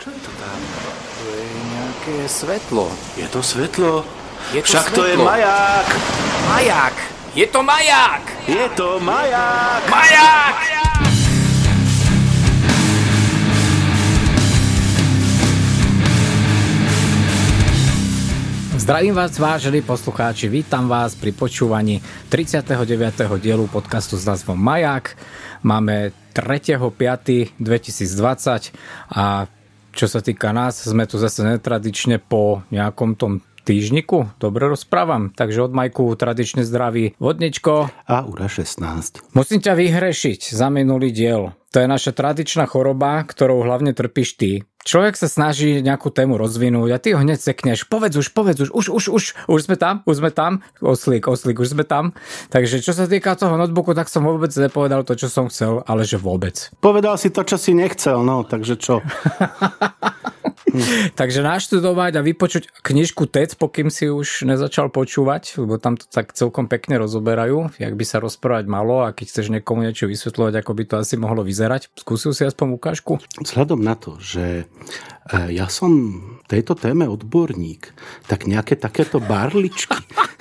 Čo je to tam? To je nejaké svetlo. Je to svetlo? Však to je maják! Maják! Je to maják! Je to maják! Maják! Zdravím vás, vážení poslucháči, vítam vás pri počúvaní 39. dielu podcastu s názvom Maják. Máme 3.5.2020 a čo sa týka nás, sme tu zase netradične po nejakom tom týždniku. Dobre rozprávam, takže od Majku tradične zdraví Vodničko. A Ura 16. Musím ťa vyhrešiť za minulý diel. To je naša tradičná choroba, ktorou hlavne trpíš ty. Človek sa snaží nejakú tému rozvinúť a ty ho hneď sekneš. Povedz už, už sme tam. Oslík, už sme tam. Takže čo sa týka toho notebooku, tak som vôbec nepovedal to, čo som chcel, ale že vôbec. Povedal si to, čo si nechcel, no, takže čo? Takže naštudovať a vypočuť knižku TED, pokým si už nezačal počúvať, lebo tam to tak celkom pekne rozoberajú, jak by sa rozprávať malo a keď chceš niekomu niečo vysvetľovať, ako by to asi mohlo vyzerať. Skúsil si aspoň ukážku? Vzhľadom na to, že ja som v tejto téme odborník, tak nejaké takéto barličky.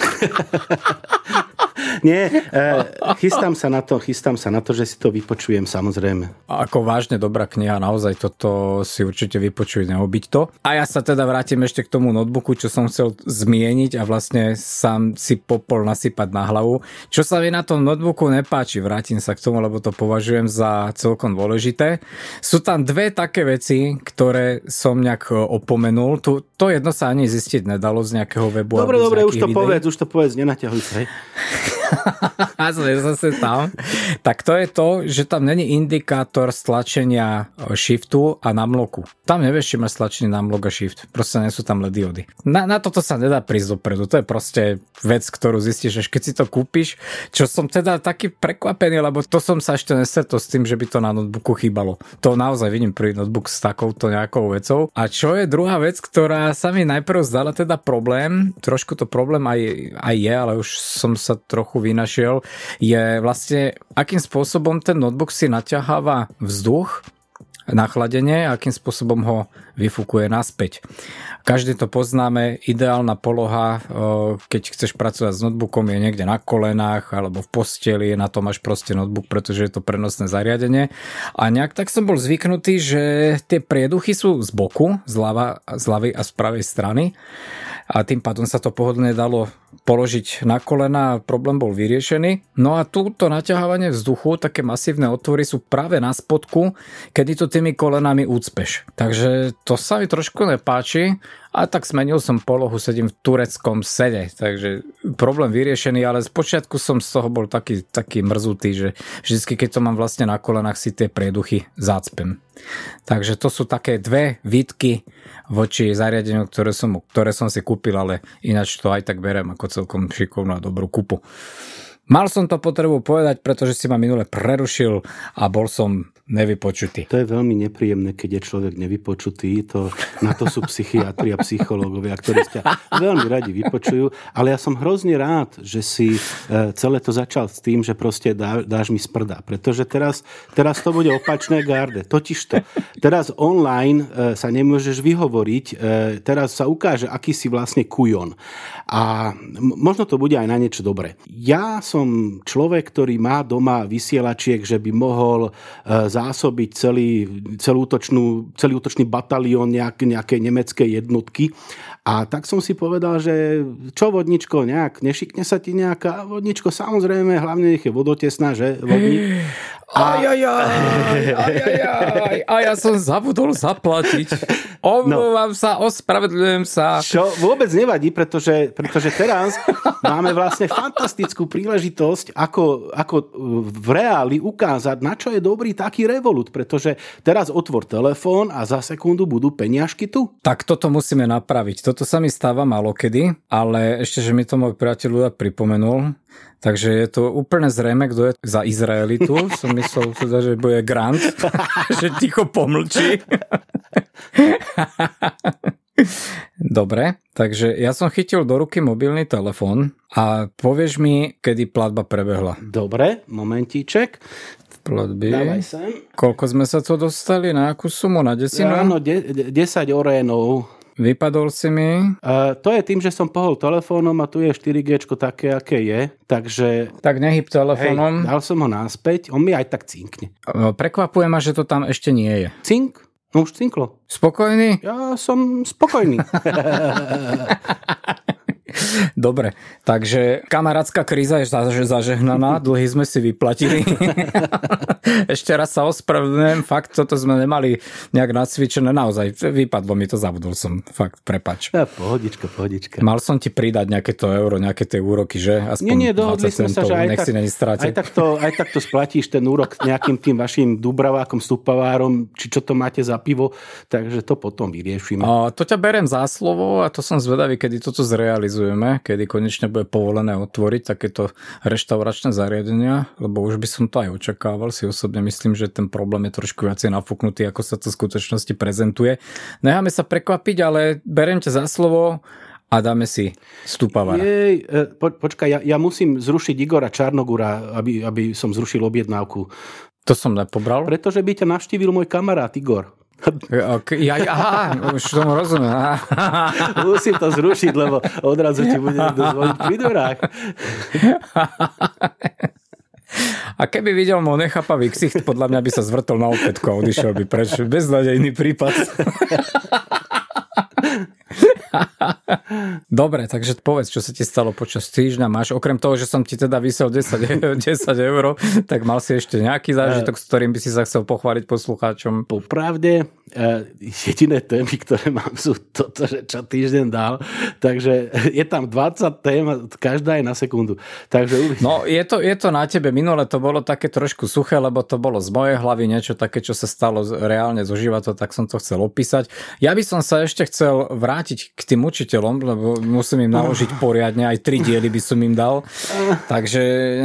Nie, chystám sa na to, že si to vypočujem, samozrejme. Ako vážne dobrá kniha, naozaj toto si určite vypočuj, neobiť to. A ja sa teda vrátim ešte k tomu notebooku, čo som chcel zmieniť a vlastne sám si popol nasypať na hlavu. Čo sa mi na tom notebooku nepáči, vrátim sa k tomu, lebo to považujem za celkom dôležité. Sú tam dve také veci, ktoré som nejak opomenul. To jedno sa ani zistiť nedalo z nejakého webu. Dobre, už to povedz, nenaťahuj sa, hej. A sme zase tam. Tak to je to, že tam není indikátor stlačenia shiftu a numlocku. Tam nevieš, či máš stlačený numlock a shift. Proste nie sú tam LED diody. Na toto sa nedá prísť dopredu. To je proste vec, ktorú zistíš, až keď si to kúpiš. Čo som teda taký prekvapený, lebo to som sa ešte nestretol s tým, že by to na notebooku chýbalo. To naozaj vidím prvý notebook s takouto nejakou vecou. A čo je druhá vec, ktorá sa mi najprv zdala teda problém, trošku to problém aj je, ale už som sa trochu vynašiel, je vlastne, akým spôsobom ten notebook si naťaháva vzduch na chladenie, akým spôsobom ho vyfúkuje naspäť. Každý to poznáme, ideálna poloha, keď chceš pracovať s notebookom, je niekde na kolenách alebo v posteli, na to máš proste notebook, pretože je to prenosné zariadenie. A nejak tak som bol zvyknutý, že tie prieduchy sú z boku, z ľavej a z pravej strany a tým pádom sa to pohodlne dalo položiť na kolena a problém bol vyriešený. No a túto naťahovanie vzduchu, také masívne otvory sú práve na spodku, kedy to tými kolenami úcpeš. Takže to sa mi trošku nepáči a tak zmenil som polohu, sedím v tureckom sede, takže problém vyriešený, ale spočiatku som z toho bol taký mrzutý, že vždycky, keď to mám vlastne na kolenách, si tie prieduchy zácpem. Takže to sú také dve výtky voči zariadeniu, ktoré som si kúpil, ale ináč to aj tak beriem ako celkom šikovnú a dobrú kúpu. Mal som to potrebu povedať, pretože si ma minule prerušil a bol som nevypočutý. To je veľmi nepríjemné, keď je človek nevypočutý. Na to sú psychiatri a psychológovia, ktorí ťa veľmi radi vypočujú. Ale ja som hrozne rád, že si celé to začal s tým, že proste dáš mi z prda. Pretože teraz to bude opačné garde. Totižto, teraz online sa nemôžeš vyhovoriť. Teraz sa ukáže, aký si vlastne kujon. A možno to bude aj na niečo dobré. Ja som človek, ktorý má doma vysielačiek, že by mohol zásobiť celý útočný batalión nejakej nemeckej jednotky. A tak som si povedal, že čo Vodničko, nejak nešikne sa ti nejaká Vodničko, samozrejme, hlavne nech je vodotesná, že Vodník. A ja som zabudol zaplatiť. Omlúvam sa, ospravedlňujem sa. Čo vôbec nevadí, pretože teraz máme vlastne fantastickú príležitosť, ako v reáli ukázať, na čo je dobrý taký Revolut, pretože teraz otvor telefón a za sekundu budú peniažky tu. Tak toto musíme napraviť. Toto sa mi stáva malokedy, ale ešte, že mi to môj priateľ pripomenul. Takže je to úplne zrejme, kto je za Izraelitu. Som myslel teda, že bude Grant, že ticho pomlčí. Dobre, takže ja som chytil do ruky mobilný telefón a povieš mi, kedy platba prebehla. Dobre, momentíček. platby. Dávaj sem. Koľko sme sa to dostali? Na akú sumu? Na desinu? Áno, 10 orénov. Vypadol si mi. To je tým, že som pohol telefónom a tu je 4G také, aké je. Takže... Tak nehyb telefónom. Dal som ho naspäť. On mi aj tak cinkne. Prekvapuje ma, že to tam ešte nie je. Cink? No už cinklo. Spokojný? Ja som spokojný. Dobre, takže kamarátska kríza je zažehnaná, dlhy sme si vyplatili. Ešte raz sa ospravedlňujem, fakt, toto sme nemali nejak nacvičené, naozaj, vypadlo mi to, zabudol som, fakt, prepač. Ja, pohodička. Mal som ti pridať nejaké to euro, nejaké tie úroky, že? Aspoň nie, dohodli sme sa, že aj tak to splatíš ten úrok nejakým tým vašim Dubravákom, Stupavárom, či čo to máte za pivo, takže to potom vyriešime. To ťa berem za slovo a to som zvedavý, kedy toto zrealizujeme, kedy konečne bude povolené otvoriť takéto reštauračné zariadenia, lebo už by som to aj očakával, si osobne myslím, že ten problém je trošku viacej nafúknutý, ako sa to v skutočnosti prezentuje. Necháme sa prekvapiť, ale beriem ťa za slovo a dáme si Stupavara. Počkaj, ja musím zrušiť Igora Čarnogura, aby som zrušil objednávku. To som nepobral? Pretože by ťa navštívil môj kamarát Igor. Aha, už tomu rozumiem. Musím to zrušiť, lebo odrazu ti bude niekto zvoliť pri dverách. A keby videl môj nechápavý ksicht, podľa mňa by sa zvrtol na opätko a odišiel by preč. Beznádejný prípad. Dobre, takže povedz, čo sa ti stalo počas týždňa. Máš, okrem toho, že som ti teda vysel 10 eur, tak mal si ešte nejaký zážitok, s ktorým by si sa chcel pochváliť poslucháčom? Popravde, jediné témy, ktoré mám, sú toto, že čo týždeň dal. Takže je tam 20 tém, každá je na sekundu. Takže... No, je to na tebe. Minule to bolo také trošku suché, lebo to bolo z mojej hlavy niečo také, čo sa stalo reálne zo života, tak som to chcel opísať. Ja by som sa ešte chcel vrátiť k tým učiteľom, lebo musím im naložiť poriadne, aj 3 diely by som im dal. Takže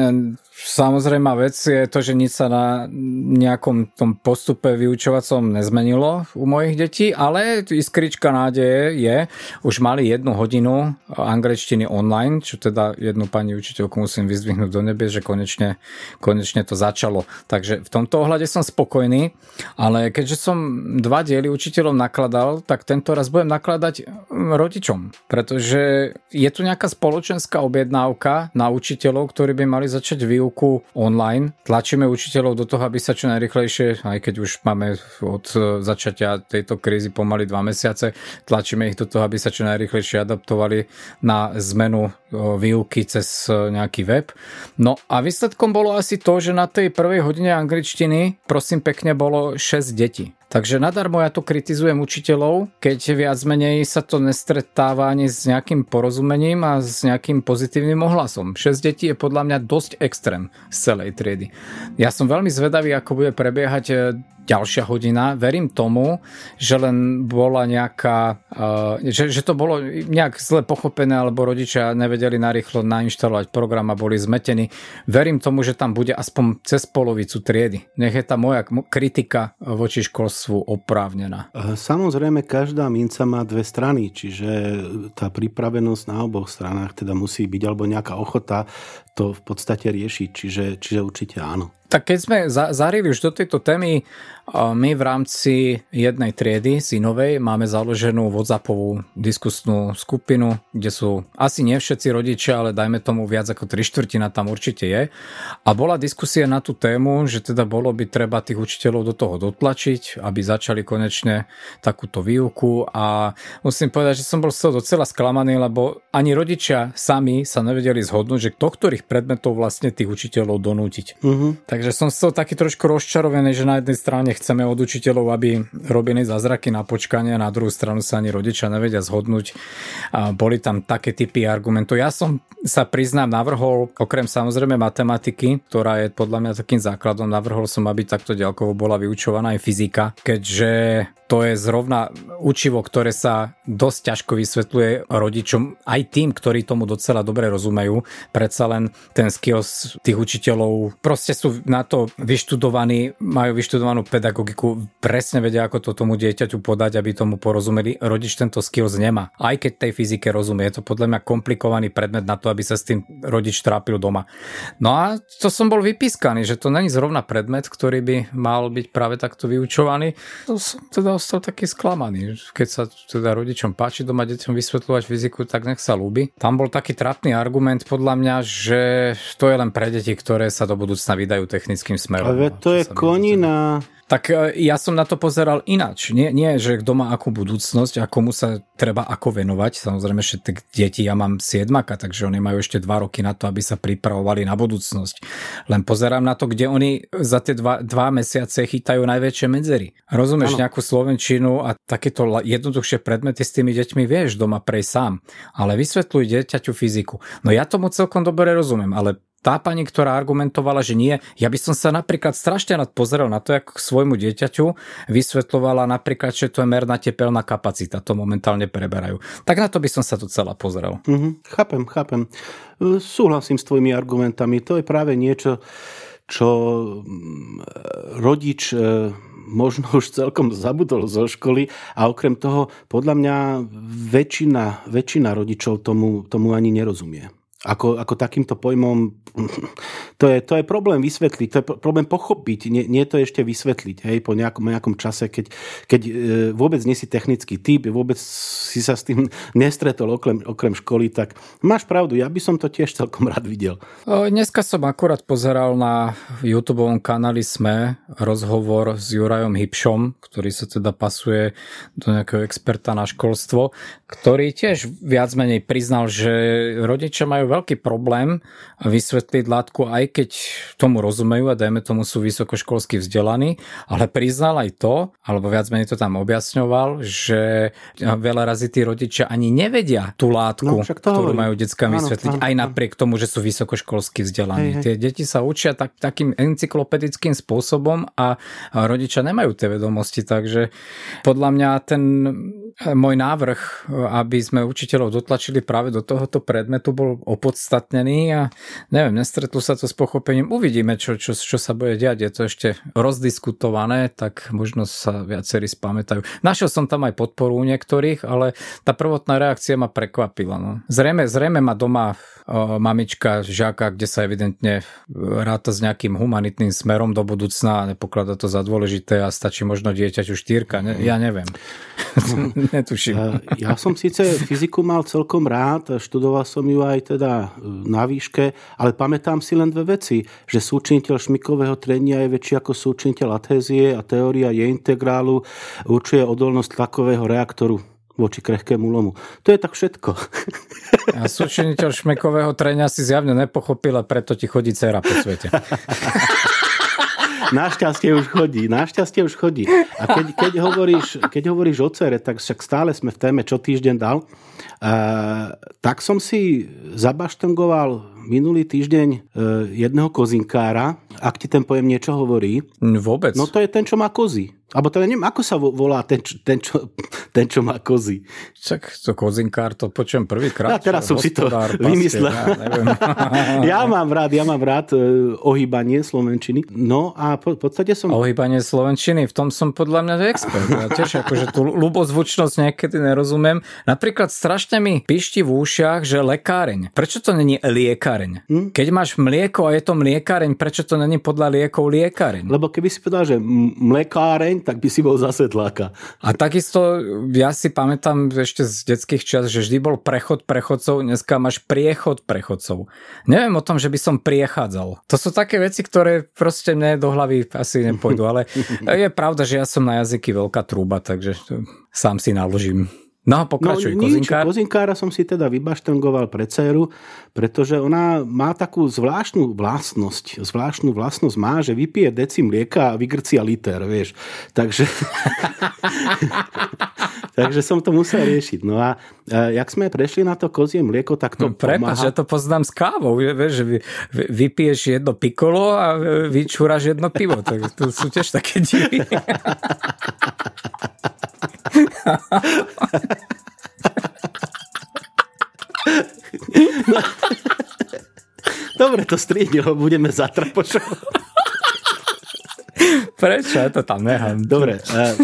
samozrejme vec je to, že nič sa na nejakom tom postupe vyučovacom nezmenilo u mojich detí, ale iskrička nádeje je, už mali 1 hodinu angličtiny online, čo teda jednu pani učiteľku musím vyzdvihnúť do nebie, že konečne to začalo. Takže v tomto ohľade som spokojný, ale keďže som 2 diely učiteľom nakladal, tak tento raz budem nakladať rodičom, pretože je tu nejaká spoločenská objednávka na učiteľov, ktorí by mali začať výuku online. Tlačíme učiteľov do toho, aby sa čo najrýchlejšie, aj keď už máme od začatia tejto krízy pomaly 2 mesiace, tlačíme ich do toho, aby sa čo najrýchlejšie adaptovali na zmenu výuky cez nejaký web. No a výsledkom bolo asi to, že na tej prvej hodine angličtiny, prosím pekne, bolo 6 detí. Takže nadarmo ja to kritizujem učiteľov, keď viac menej sa to nestretáva ani s nejakým porozumením a s nejakým pozitívnym ohlasom. 6 detí je podľa mňa dosť extrém z celej triedy. Ja som veľmi zvedavý, ako bude prebiehať ďalšia hodina. Verím tomu, že len bola nejaká, že to bolo nejak zle pochopené, alebo rodičia nevedeli narýchlo nainštalovať program a boli zmetení. Verím tomu, že tam bude aspoň cez polovicu triedy. Nech je tá moja kritika voči školstvu oprávnená. Samozrejme, každá minca má 2 strany, čiže tá pripravenosť na oboch stranách teda musí byť, alebo nejaká ochota to v podstate riešiť, čiže určite áno. Tak keď sme zarili už do tejto témy, my v rámci jednej triedy Sinovej máme založenú WhatsAppovú diskusnú skupinu, kde sú asi nie všetci rodičia, ale dajme tomu viac ako 3/4 tam určite je. A bola diskusia na tú tému, že teda bolo by treba tých učiteľov do toho dotlačiť, aby začali konečne takúto výuku, a musím povedať, že som bol z toho docela sklamaný, lebo ani rodičia sami sa nevedeli zhodnúť, že do ktorých predmetov vlastne tých učiteľov donútiť. Takže som z toho taký trošku rozčarovaný, že na jednej strane chceme od učiteľov, aby robili zázraky na počkanie, a na druhú stranu sa ani rodičia nevedia zhodnúť. A boli tam také typy argumentov. Ja som sa priznám navrhol, okrem samozrejme matematiky, ktorá je podľa mňa takým základom, navrhol som, aby takto ďalkovo bola vyučovaná aj fyzika, keďže to je zrovna učivo, ktoré sa dosť ťažko vysvetľuje rodičom, aj tým, ktorí tomu docela dobre rozumejú. Predsa len ten skills tých učiteľov proste sú na to majú vyštudovanú pedagogiku, presne vedia, ako to tomu dieťaťu podať, aby tomu porozumeli. Rodič tento skills nemá. Aj keď tej fyzike rozumie. Je to podľa mňa komplikovaný predmet na to, aby sa s tým rodič trápil doma. No a to som bol vypískaný, že to není zrovna predmet, ktorý by mal byť práve takto vyučovaný. To som teda ostal taký sklamaný. Keď sa teda rodičom páči doma deťom vysvetľovať fyziku, tak nech sa ľúbi. Tam bol taký trápny argument podľa mňa, že to je len pre deti, ktoré sa do budúcna vydajú technickým smerom. Ale to je konina. Tak ja som na to pozeral ináč. Nie, že kto má akú budúcnosť a komu sa treba ako venovať. Samozrejme, že deti, ja mám 7, takže oni majú ešte 2 roky na to, aby sa pripravovali na budúcnosť. Len pozerám na to, kde oni za tie 2 mesiace chytajú najväčšie medzery. Rozumieš nejakú slovenčinu a takéto jednoduchšie predmety s tými deťmi vieš doma prejsť sám. Ale vysvetľuj dieťaťu fyziku. No ja tomu celkom dobre rozumiem, ale tá pani, ktorá argumentovala, že nie, ja by som sa napríklad strašne rád pozrel na to, ako k svojmu dieťaťu vysvetľovala napríklad, že to je merná tepelná kapacita, to momentálne preberajú. Tak na to by som sa tu celá pozrel. Chápem. Súhlasím s tvojimi argumentami. To je práve niečo, čo rodič možno už celkom zabudol zo školy a okrem toho, podľa mňa väčšina rodičov tomu ani nerozumie. Ako takýmto pojmom, to je problém vysvetliť, to je problém pochopiť, nie to ešte vysvetliť, hej, po nejakom čase, keď vôbec nie si technický typ, vôbec si sa s tým nestretol okrem školy, tak máš pravdu, ja by som to tiež celkom rád videl. Dneska som akurát pozeral na YouTubeovom kanáli SME rozhovor s Jurajom Hybšom, ktorý sa teda pasuje do nejakého experta na školstvo, ktorý tiež viac menej priznal, že rodičia majú veľký problém vysvetliť látku, aj keď tomu rozumejú a dajme tomu sú vysokoškolsky vzdelaní, ale priznal aj to, alebo viac menej to tam objasňoval, že veľa razy tí rodičia ani nevedia tú látku, ktorú majú deckám vysvetliť, aj napriek tomu, že sú vysokoškolsky vzdelaní. Tie deti sa učia takým encyklopedickým spôsobom a rodičia nemajú tie vedomosti, takže podľa mňa ten môj návrh, aby sme učiteľov dotlačili práve do tohoto predmetu, bol opodstatnený a neviem, nestretlo sa to s pochopením. Uvidíme, čo sa bude diať. Je to ešte rozdiskutované, tak možno sa viacerí spamätajú. Našiel som tam aj podporu u niektorých, ale tá prvotná reakcia ma prekvapila. No. Zrejme má doma mamička žiaka, kde sa evidentne ráta s nejakým humanitným smerom do budúcna a nepokladá to za dôležité a stačí možno dieťaťu 4. Ja neviem. Netuším. Ja som síce fyziku mal celkom rád, študoval som ju aj teda na výške, ale pamätám si len 2 veci, že súčiniteľ šmikového trenia je väčší ako súčiniteľ adhézie a teória J-integrálu určuje odolnosť tlakového reaktoru voči krehkému lomu. To je tak všetko. A súčiniteľ šmikového trenia si zjavne nepochopil a preto ti chodí dcera po svete. Našťastie už chodí. A keď hovoríš o cere, tak však stále sme v téme, čo týždeň dal. Tak som si zabaštangoval minulý týždeň jedného kozinkára. Ak ti ten pojem niečo hovorí. Vôbec. No to je ten, čo má kozy. Alebo teda neviem, ako sa volá ten, čo má kozy. Čak to kozinkár, to počujem prvýkrát. A teraz som si to vymyslel. Ja mám rád ohýbanie slovenčiny. No a v podstate som... Ohýbanie slovenčiny, v tom som podľa mňa expert. Ja tiež akože tú ľubozvučnosť niekedy nerozumiem. Napríklad strašne mi pišti v ušiach, že lekáreň. Prečo to není liekareň? Keď máš mlieko a je to mliekareň, prečo to není podľa liekov liekareň? Lebo keby si povedal, že mlekáreň, tak by si bol zase sedláka. A takisto ja si pamätám ešte z detských čas, že vždy bol prechod prechodcov, dneska máš priechod prechodcov. Neviem o tom, že by som priechádzal. To sú také veci, ktoré proste mne do hlavy asi nepôjdu, ale je pravda, že ja som na jazyky veľká trúba, takže sám si naložím. No, pokračuj, kozinkár. Kozinkára som si teda vybaštangoval pre dceru, pretože ona má takú zvláštnu vlastnosť má, že vypije deci mlieka a vygrcia liter, vieš. Takže som to musel riešiť. No a jak sme prešli na to kozie mlieko, tak to Prepáč, ja to poznám s kávou, vieš, že vypiješ jedno pikolo a vyčúraš jedno pivo. Tak to sú tiež také divy. No. Dobre, to strihni, ho budeme zatrapošovať. Prečo? Ja to tam nechám. Dobre.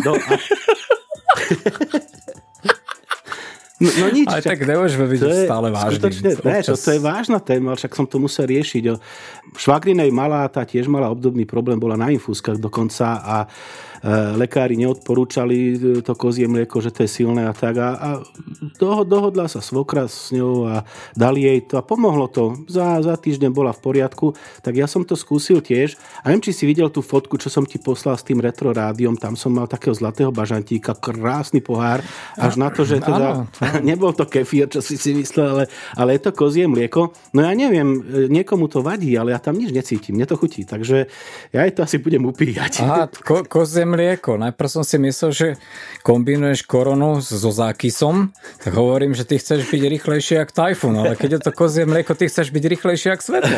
No nič. Ale tak nemôžeme byť stále vážni. To je vážna téma, však som to musel riešiť. Švagrinej malá, tá tiež mala obdobný problém, bola na infúzkach dokonca a lekári neodporúčali to kozie mlieko, že to je silné a tak. A dohodla sa svokra s ňou a dali jej to a pomohlo to. Za týždeň bola v poriadku, tak ja som to skúsil tiež. A neviem, či si videl tú fotku, čo som ti poslal s tým retro rádiom. Tam som mal takého zlatého bažantíka, krásny pohár, až na to, že teda nebol to kefír, čo si myslel, ale je to kozie mlieko. No ja neviem, niekomu to vadí, ale ja tam nič necítim, mne to chutí, takže ja to asi budem upíjať. Aha, kozie mlieko. Najprv som si myslel, že kombinuješ koronu so zákysom, tak hovorím, že ty chceš byť rýchlejšie jak tajfun, ale keď je to kozie mlieko, ty chceš byť rýchlejšie jak svetlo.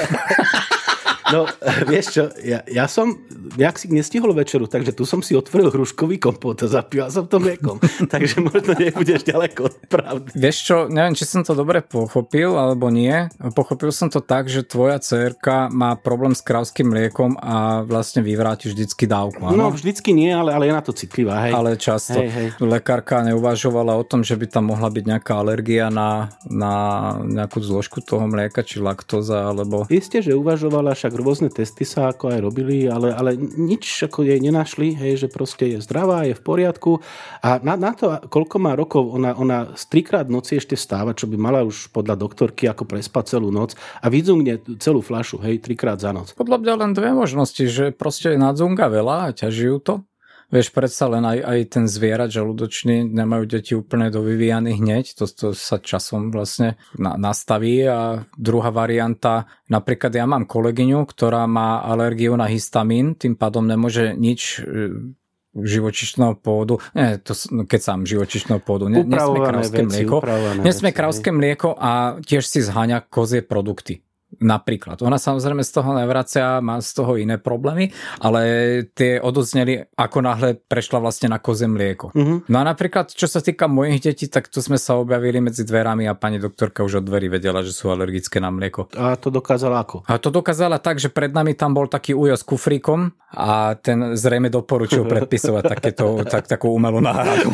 No, vieš čo, ja som nejak si nestihol večeru, takže tu som si otvoril hruškový kompot a zapíval som to mliekom. Takže možno nebudeš ďaleko od pravdy. Vieš čo, neviem, či som to dobre pochopil, alebo nie. Pochopil som to tak, že tvoja dcérka má problém s krávskym mliekom a vlastne vyvráti vždycky dávku. Áno? No, vždycky nie, ale je na to citlivá. Hej. Ale často. Hej. Lekárka neuvažovala o tom, že by tam mohla byť nejaká alergia na nejakú zložku toho mlieka, či laktóza, alebo... Isté, že uvažovala, však rôzne testy sa ako aj robili, ale nič ako jej nenašli, hej, že proste je zdravá, je v poriadku a na to, koľko má rokov, ona 3-krát v noci ešte stáva, čo by mala už podľa doktorky ako prespať celú noc a vydzungne celú fľašu, hej, 3-krát za noc. Podľa mňa len dve možnosti, že proste nadzunga veľa a ťaží to. Vieš, predsa len aj ten zvierat žalúdočný nemajú deti úplne dovyvíjaný hneď, to sa časom vlastne nastaví. A druhá varianta, napríklad ja mám kolegyňu, ktorá má alergiu na histamín, tým pádom nemôže nič živočišného pôvodu, keď sám živočišného pôvodu, nesmie krávské mlieko, nesmie krávské mlieko a tiež si zháňa kozie produkty. Napríklad. Ona samozrejme z toho nevracia, má z toho iné problémy, ale tie ododzneli, ako náhle prešla vlastne na kozie mlieko. Uh-huh. No a napríklad, čo sa týka mojich detí, tak tu sme sa objavili medzi dverami a pani doktorka už od dverí vedela, že sú alergické na mlieko. A to dokázala ako? A to dokázala tak, že pred nami tam bol taký ujo s kufríkom a ten zrejme doporučil predpisovať takú umelú náhradu.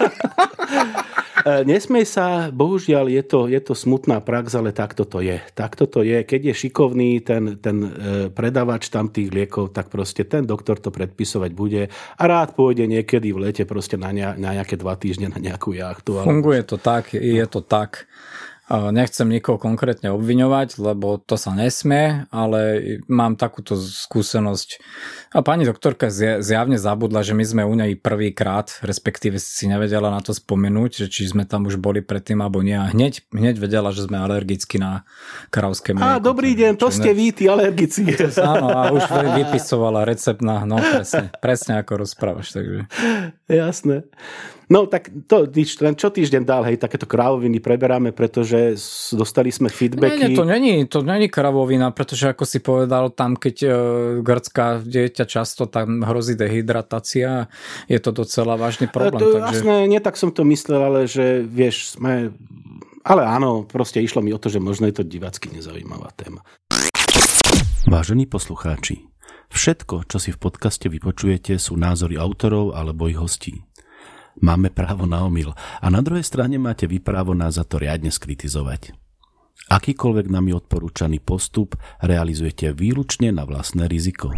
Nesmej sa, bohužiaľ je to smutná prax, ale takto to je. Takto to je. Keď je šikovný ten predavač tam tých liekov, tak proste ten doktor to predpisovať bude a rád pôjde niekedy v lete proste na nejaké 2 týždne na nejakú jachtu. Funguje to tak, je to tak. Nechcem nikoho konkrétne obviňovať, lebo to sa nesmie, ale mám takúto skúsenosť. A pani doktorka zjavne zabudla, že my sme u nej prvýkrát, respektíve si nevedela na to spomenúť, že či sme tam už boli predtým alebo nie. A hneď vedela, že sme alergickí na krávské mlieko. Dobrý deň, to ste vy, tí alergici. Áno, a už vypisovala recept na, presne ako rozprávaš. Takže. Jasné. No tak to čo týždeň dál, hej, takéto krávoviny preberáme, pretože dostali sme feedbacky. To není krávovina, pretože ako si povedal, tam keď grcká dieťa často, tam hrozí dehydratácia, je to docela vážny problém. Jasné, nie tak som to myslel, ale že vieš, ale áno, proste išlo mi o to, že možno je to divácky nezaujímavá téma. Vážení poslucháči, všetko, čo si v podcaste vypočujete, sú názory autorov alebo ich hostí. Máme právo na omyl a na druhej strane máte vy právo nás za to riadne skritizovať. Akýkoľvek nami odporúčaný postup realizujete výlučne na vlastné riziko.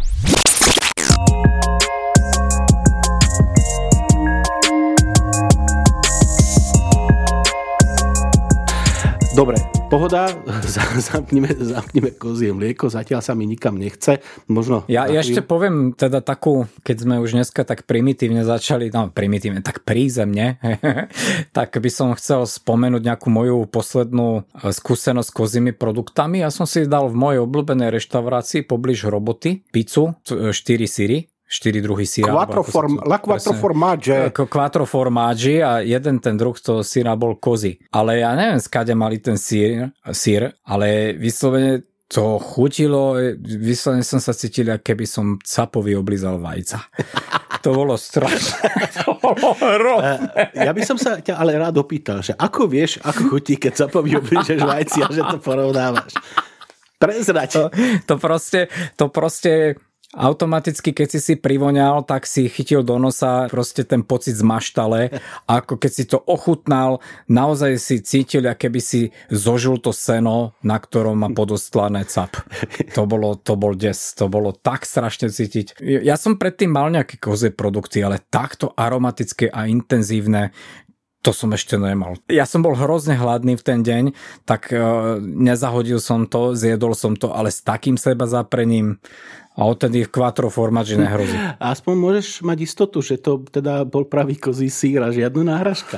Dobre, pohoda, zapnime kozie mlieko, zatiaľ sa mi nikam nechce. Možno ja ešte poviem teda takú, keď sme už dneska tak primitívne začali, tak prízemne, tak by som chcel spomenúť nejakú moju poslednú skúsenosť s kozími produktami. Ja som si dal v mojej obľúbenej reštaurácii poblíž roboty pizzu, 4 syry. 4 druhy síra. Quattro formaggi. Quattro formaggi a jeden ten druh toho síra bol kozy. Ale ja neviem, skade mali ten sír, ale vyslovene to chutilo, vyslovene som sa cítil, keby som capovi oblízal vajca. To bolo strašné. To bolo hrozné. Ja by som sa ťa ale rád opýtal, že ako vieš, ako chutí, keď capovi oblížeš vajci a že to porovnávaš. Prezrať. To proste Automaticky, keď si privoňal, tak si chytil do nosa proste ten pocit z maštale. A ako keď si to ochutnal, naozaj si cítil, aké by si zožil to seno, na ktorom má podostlané cap. To bol des. To bolo tak strašne cítiť. Ja som predtým mal nejaké kozie produkty, ale takto aromatické a intenzívne, to som ešte nemal. Ja som bol hrozne hladný v ten deň, tak nezahodil som to, zjedol som to, ale s takým seba zaprením a odtedy quattro formaggio nehrozí. Aspoň môžeš mať istotu, že to teda bol pravý kozí sír a žiadna náhražka.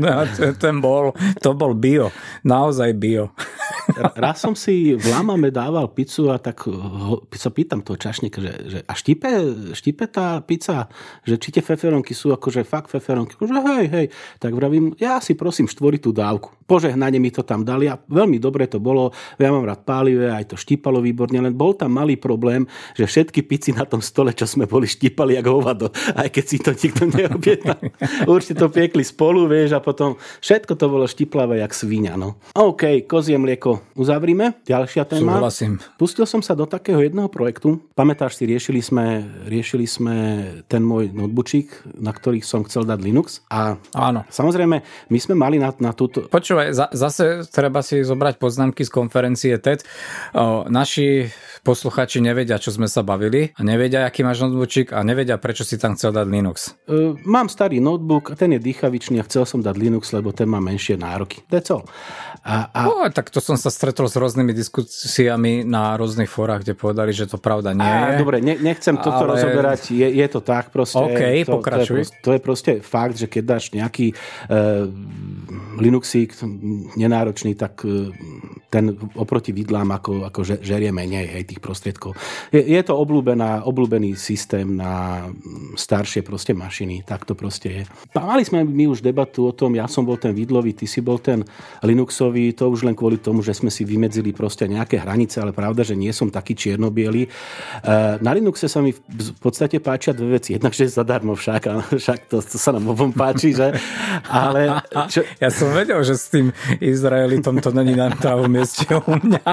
To bol bio. Naozaj bio. Raz som si v Lamame dával pizzu a tak sa pýtam toho čašníka, že a štípe tá pizza, že či tie feferonky sú akože fakt feferonky. Že hej. Tak vravím, ja si prosím 4 dávku. Požehnanie mi to tam dali a veľmi dobre to bolo. Ja mám rád pálivé, aj to štípalo výborne, len bol tam malý problém, že všetky pici na tom stole, čo sme boli, štípali jak hovado. Aj keď si to nikto neobjednal. Určite to piekli spolu, vieš, a potom všetko to bolo štiplavé jak svíňa, no. OK, kozie mlieko uzavrime. Ďalšia téma. Súhlasím. Pustil som sa do takého jedného projektu. Pamätáš si, riešili sme ten môj noteboočík, na ktorý som chcel dať Linux. A áno. Samozrejme, my sme mali na túto... Počúvaj, zase treba si zobrať poznámky z konferencie TED. Naši posluchači nevedia, čo sme sa bavili a nevedia, aký máš noteboočík a nevedia, prečo si tam chcel dať Linux. Mám starý notebook a ten je dýchavičný a chcel som dať Linux, lebo ten má menšie nároky. That's all. Tak to som sa stretol s rôznymi diskusiami na rôznych fórach, kde povedali, že to pravda nie je. Dobre, nechcem toto rozoberať. Je to tak proste. OK, pokračuj. To je proste fakt, že keď dáš nejaký Linuxík nenáročný, tak ten oproti vidlám ako žerie menej tých prostriedkov. Je to obľúbený systém na staršie proste mašiny. Tak to proste je. Mali sme my už debatu o tom, ja som bol ten vidlový, ty si bol ten Linuxový, to už len kvôli tomu, že sme si vymedzili proste nejaké hranice, ale pravda, že nie som taký čierno-biely. Na Linuxe sa mi v podstate páčia dve veci. Jednak, že je zadarmo však to sa nám obom páči, že? Ale ja som vedel, že s tým Izraelitom to není na pravom mieste u mňa.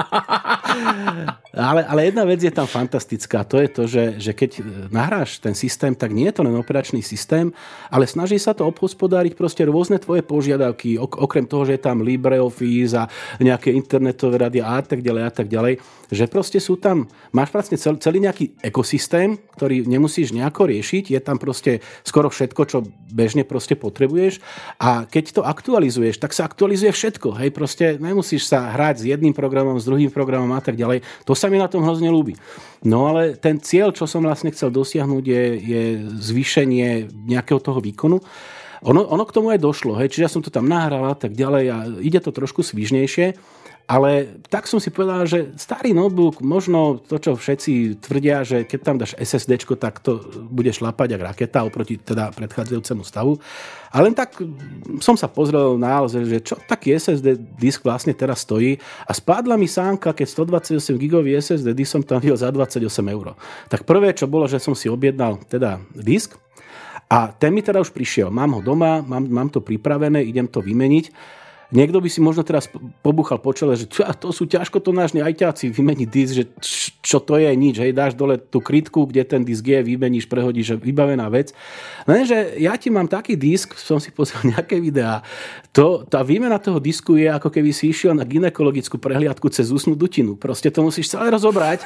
Ale jedna vec je tam fantastická. To je to, že keď nahráš ten systém, tak nie je to len operačný systém, ale snaží sa to obhospodáriť proste rôzne tvoje požiadavky, okrem toho, že je tam LibreOffice a nejaké internetové rady a tak ďalej, že proste sú tam, máš vlastne celý nejaký ekosystém, ktorý nemusíš nejako riešiť, je tam proste skoro všetko, čo bežne proste potrebuješ a keď to aktualizuješ, tak sa aktualizuje všetko, hej, proste nemusíš sa hrať s jedným programom, s druhým programom a tak ďalej. To sa mi na tom hrozne ľúbi. No ale ten cieľ, čo som vlastne chcel dosiahnuť, je zvýšenie nejakého toho výkonu. Ono k tomu aj došlo, hej, čiže ja som to tam nahral a tak ďalej a ide to trošku svižnejšie, ale tak som si povedal, že starý notebook, možno to, čo všetci tvrdia, že keď tam dáš SSDčko, tak to bude šlapať jak raketa oproti teda predchádzajúcemu stavu. Ale len tak som sa pozrel naozaj, že čo taký SSD disk vlastne teraz stojí a spadla mi sánka, keď 128 GB SSD disk som tam videl za 28 €. Tak prvé, čo bolo, že som si objednal teda disk a ten mi teda už prišiel. Mám ho doma, mám to pripravené, idem to vymeniť. Niekto by si možno teraz pobuchal po čele, že to sú ťažkotonážni ajťáci vymeniť disk, že čo to je, nič, hej, dáš dole tú krytku, kde ten disk je, vymeníš, prehodíš, vybavená vec. Lenže ja ti mám taký disk, som si pozrel nejaké videá, tá výmena toho disku je, ako keby si išiel na gynekologickú prehliadku cez ústnu dutinu. Proste to musíš celé rozobrať.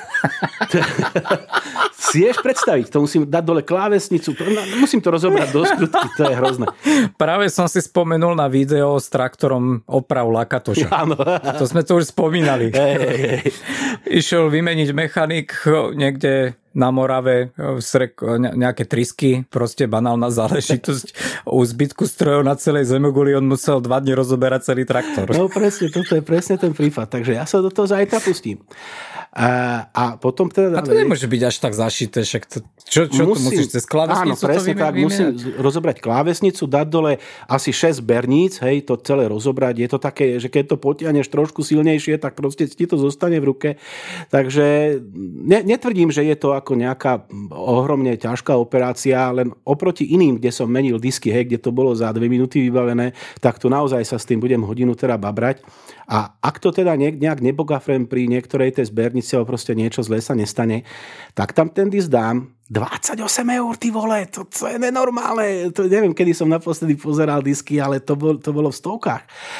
Si vieš predstaviť, to musím dať dole klávesnicu, musím to rozobrať do skrutky, to je hrozné. Práve som si spomenul na video s traktorom oprav Lakatoša. Áno. To sme to už spomínali. Hej. Išiel vymeniť mechanik niekde na Morave nejaké trysky, proste banálna záležitosť. U zbytku strojov na celej zemeguli on musel 2 dni rozoberať celý traktor. No presne, toto je presne ten prípad. Takže ja sa do toho zajtra pustím. A potom teda... A to nemôže byť až tak zašité, však čo to musíš cez klávesnicu? Áno, presne tak, musím rozobrať klávesnicu, dať dole asi 6 berníc, hej, to celé rozobrať. Je to také, že keď to potiahneš trošku silnejšie, tak proste ti to zostane v ruke. Takže netvrdím, že je to ako nejaká ohromne ťažká operácia, len oproti iným, kde som menil disky, hej, kde to bolo za 2 minúty vybavené, tak tu naozaj sa s tým budem hodinu teda babrať. A ak to teda nejak nebogafrem pri niektorej tej zbernici, alebo proste niečo zlé sa nestane, tak tam ten disk dám. 28 €, ty vole, to je nenormálne. To neviem, kedy som naposledy pozeral disky, ale to bolo v stovkách.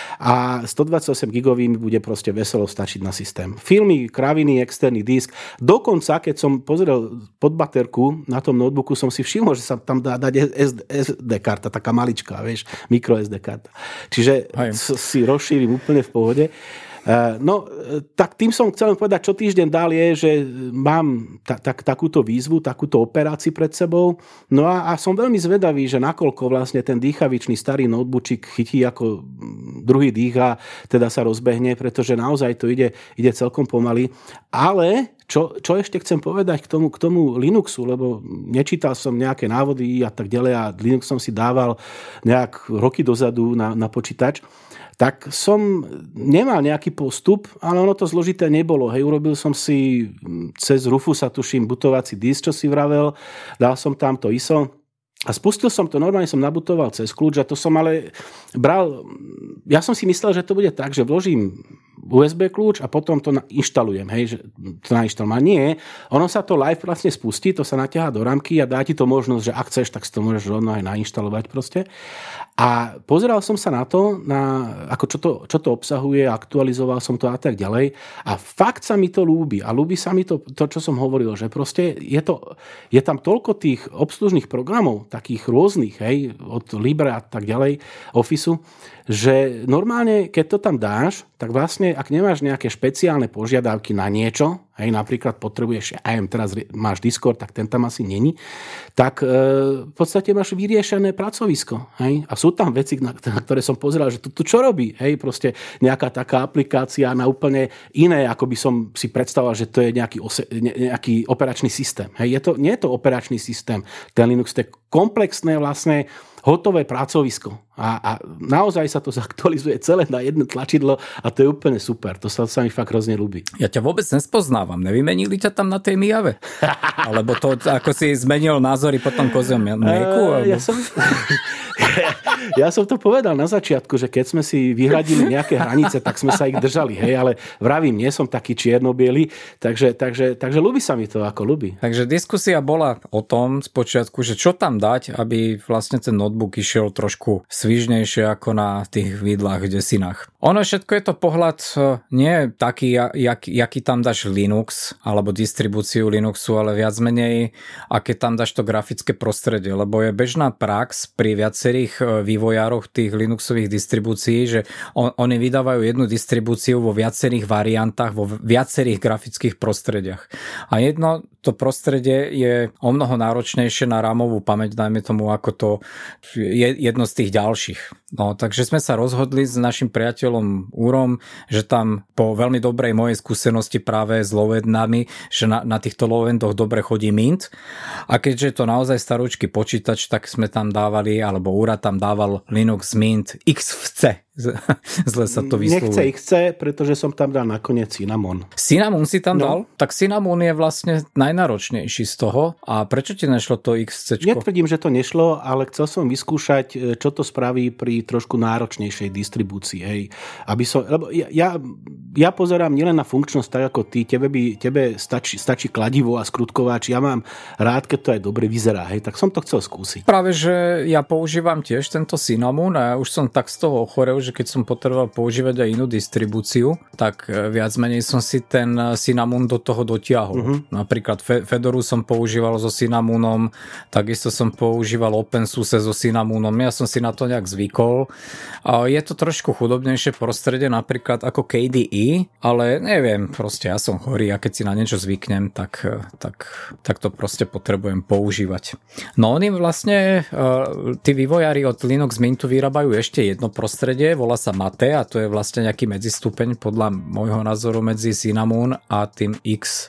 A 128 gigový mi bude proste veselo stačiť na systém. Filmy, kraviny, externý disk. Dokonca, keď som pozrel pod baterku na tom notebooku, som si všimol, že sa tam dá dať SD karta, taká maličká, vieš, micro SD karta. Čiže si rozšírim úplne v pohode. No, tak tým som chcel povedať, čo týždeň dál je, že mám takúto výzvu, takúto operáciu pred sebou. No a som veľmi zvedavý, že nakoľko vlastne ten dýchavičný starý notebookčik chytí ako druhý dých a teda sa rozbehne, pretože naozaj to ide celkom pomaly. Ale čo ešte chcem povedať k tomu Linuxu, lebo nečítal som nejaké návody a tak ďalej a Linux som si dával nejak roky dozadu na počítač, tak som nemal nejaký postup, ale ono to zložité nebolo. Hej, urobil som si cez Rufusa, tuším, butovací disk, čo si vravel, dal som tam to ISO a spustil som to, normálne som nabutoval cez kľúč a to som ale bral, ja som si myslel, že to bude tak, že vložím USB kľúč a potom to inštalujem, hej, že to nainštalujem. A nie, ono sa to live vlastne spustí, to sa natiahá do ramky a dá ti to možnosť, že ak chceš, tak si to môžeš rovno aj nainštalovať proste. A pozeral som sa na to, ako čo to obsahuje, aktualizoval som to a tak ďalej. A fakt sa mi to ľúbi. A ľúbi sa mi to, čo som hovoril, že proste je tam toľko tých obslužných programov, takých rôznych, hej, od Libre a tak ďalej, Officeu, že normálne, keď to tam dáš, tak vlastne, ak nemáš nejaké špeciálne požiadavky na niečo, hej, napríklad potrebuješ, teraz máš Discord, tak ten tam asi není, tak v podstate máš vyriešené pracovisko. Hej? A sú tam veci, na ktoré som pozeral, že tu čo robí? Hej? Proste nejaká taká aplikácia na úplne iné, ako by som si predstavoval, že to je nejaký operačný systém. Hej? Nie je to operačný systém. Ten Linux to je komplexné vlastne hotové pracovisko. A naozaj sa to zaktualizuje celé na jedno tlačidlo a to je úplne super. To sa mi fakt hrozne ľúbi. Ja ťa vôbec nespoznávam. Nevymenili ťa tam na tej Mijave? Alebo to, ako si zmenil názory po tom koziom mlieku? Ja som to povedal na začiatku, že keď sme si vyhradili nejaké hranice, tak sme sa ich držali. Hej, ale vravím, nie som taký čierno-biely, takže ľúbi sa mi to, ako ľúbi. Takže diskusia bola o tom spočiatku, že čo tam dať, aby vlastne ten notebook išiel trošku svižnejšie ako na tých vidlách desinách. Ono všetko je to pohľad nie taký, jaký tam dáš Linux alebo distribúciu Linuxu, ale viac menej, aké tam dáš to grafické prostredie, lebo je bežná prax pri viacerých vývojároch tých Linuxových distribúcií, že oni vydávajú jednu distribúciu vo viacerých variantách, vo viacerých grafických prostrediach. A jedno to prostredie je o mnoho náročnejšie na rámovú pamäť, dajme tomu, ako to je jedno z tých ďalších. No, takže sme sa rozhodli s našim priateľom Úrom, že tam po veľmi dobrej mojej skúsenosti práve s low-endami, že na týchto low-endoch dobre chodí Mint. A keďže je to naozaj starúčky počítač, tak sme tam dávali, alebo Úra tam dával Linux Mint XFC. Zle sa to vyslovuje. Nechce XC, pretože som tam dal nakoniec Cinnamon. Cinnamon si tam dal? Tak Cinnamon je vlastne najnáročnejší z toho. A prečo ti nešlo to XC? Netvrdím, že to nešlo, ale chcel som vyskúšať, čo to spraví pri trošku náročnejšej distribúcii. Hej. Lebo ja pozerám nielen na funkčnosť tak ako ty. Tebe stačí kladivo a skrutkovač. Ja mám rád, keď to aj dobre vyzerá. Hej. Tak som to chcel skúsiť. Práve, že ja používam tiež tento Cinnamon a ja už som tak z toho ochorel, že keď som potreboval používať aj inú distribúciu, tak viac menej som si ten Cinnamon do toho dotiahol. Napríklad Fedoru som používal so Cinnamonom, takisto som používal OpenSUSE so Cinnamonom. Ja som si na to nejak zvykol. Je to trošku chudobnejšie prostredie, napríklad ako KDE, ale neviem, proste ja som chorý a keď si na niečo zvyknem, tak to proste potrebujem používať. No oni vlastne, tí vývojári od Linux Mintu vyrábajú ešte jedno prostredie, volá sa Mate a to je vlastne nejaký medzistupeň podľa môjho názoru medzi Cinnamon a tým